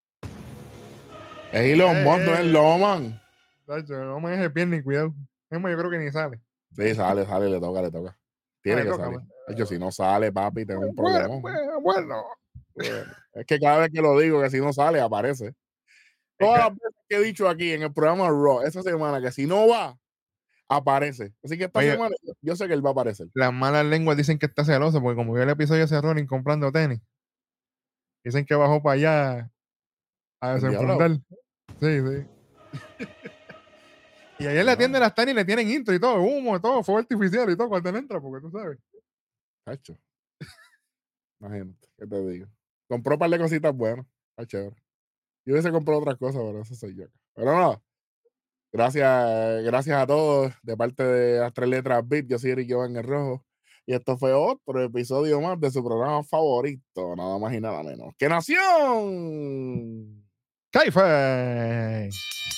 Es Elon Musk, no es Loman. Tacho, no me dejes bien ni cuidado. Es más, yo creo que ni sale. Sí, sale, sale, le toca, le toca. Tiene Ah, le que toca, salir. man. De hecho, si no sale, papi, tengo un Bueno, problema. bueno, bueno. Bueno, es que cada vez que lo digo, que si no sale, aparece. Todas las veces que he dicho aquí en el programa Raw, esa semana, que si no va, aparece. Así que esta Oye. semana yo sé que él va a aparecer. Las malas lenguas dicen que está celoso porque como vio el episodio de Ronin comprando tenis, dicen que bajó para allá a ¿El desenfundar. Sí, sí. Y ayer le atienden las tenis y le tienen intro y todo, humo y todo, fuego artificial y todo cuando él entra, porque tú sabes. Cacho. Imagínate, ¿qué te digo? Compró un par de cositas buenas. Está chévere. Yo hubiese comprado otras cosas, pero eso soy yo. Pero no. Gracias, gracias a todos de parte de las tres letras Beat. Yo soy Eric Jovan el Rojo. Y esto fue otro episodio más de su programa favorito, nada más y nada menos. ¡Que Nación! ¡Caife!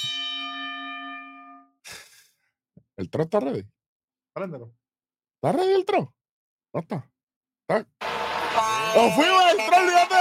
¿El tro está ready? Préndelo. ¿Está ready el tro? No está. ¿Está? ¡Nos fuimos del tro, olvídate!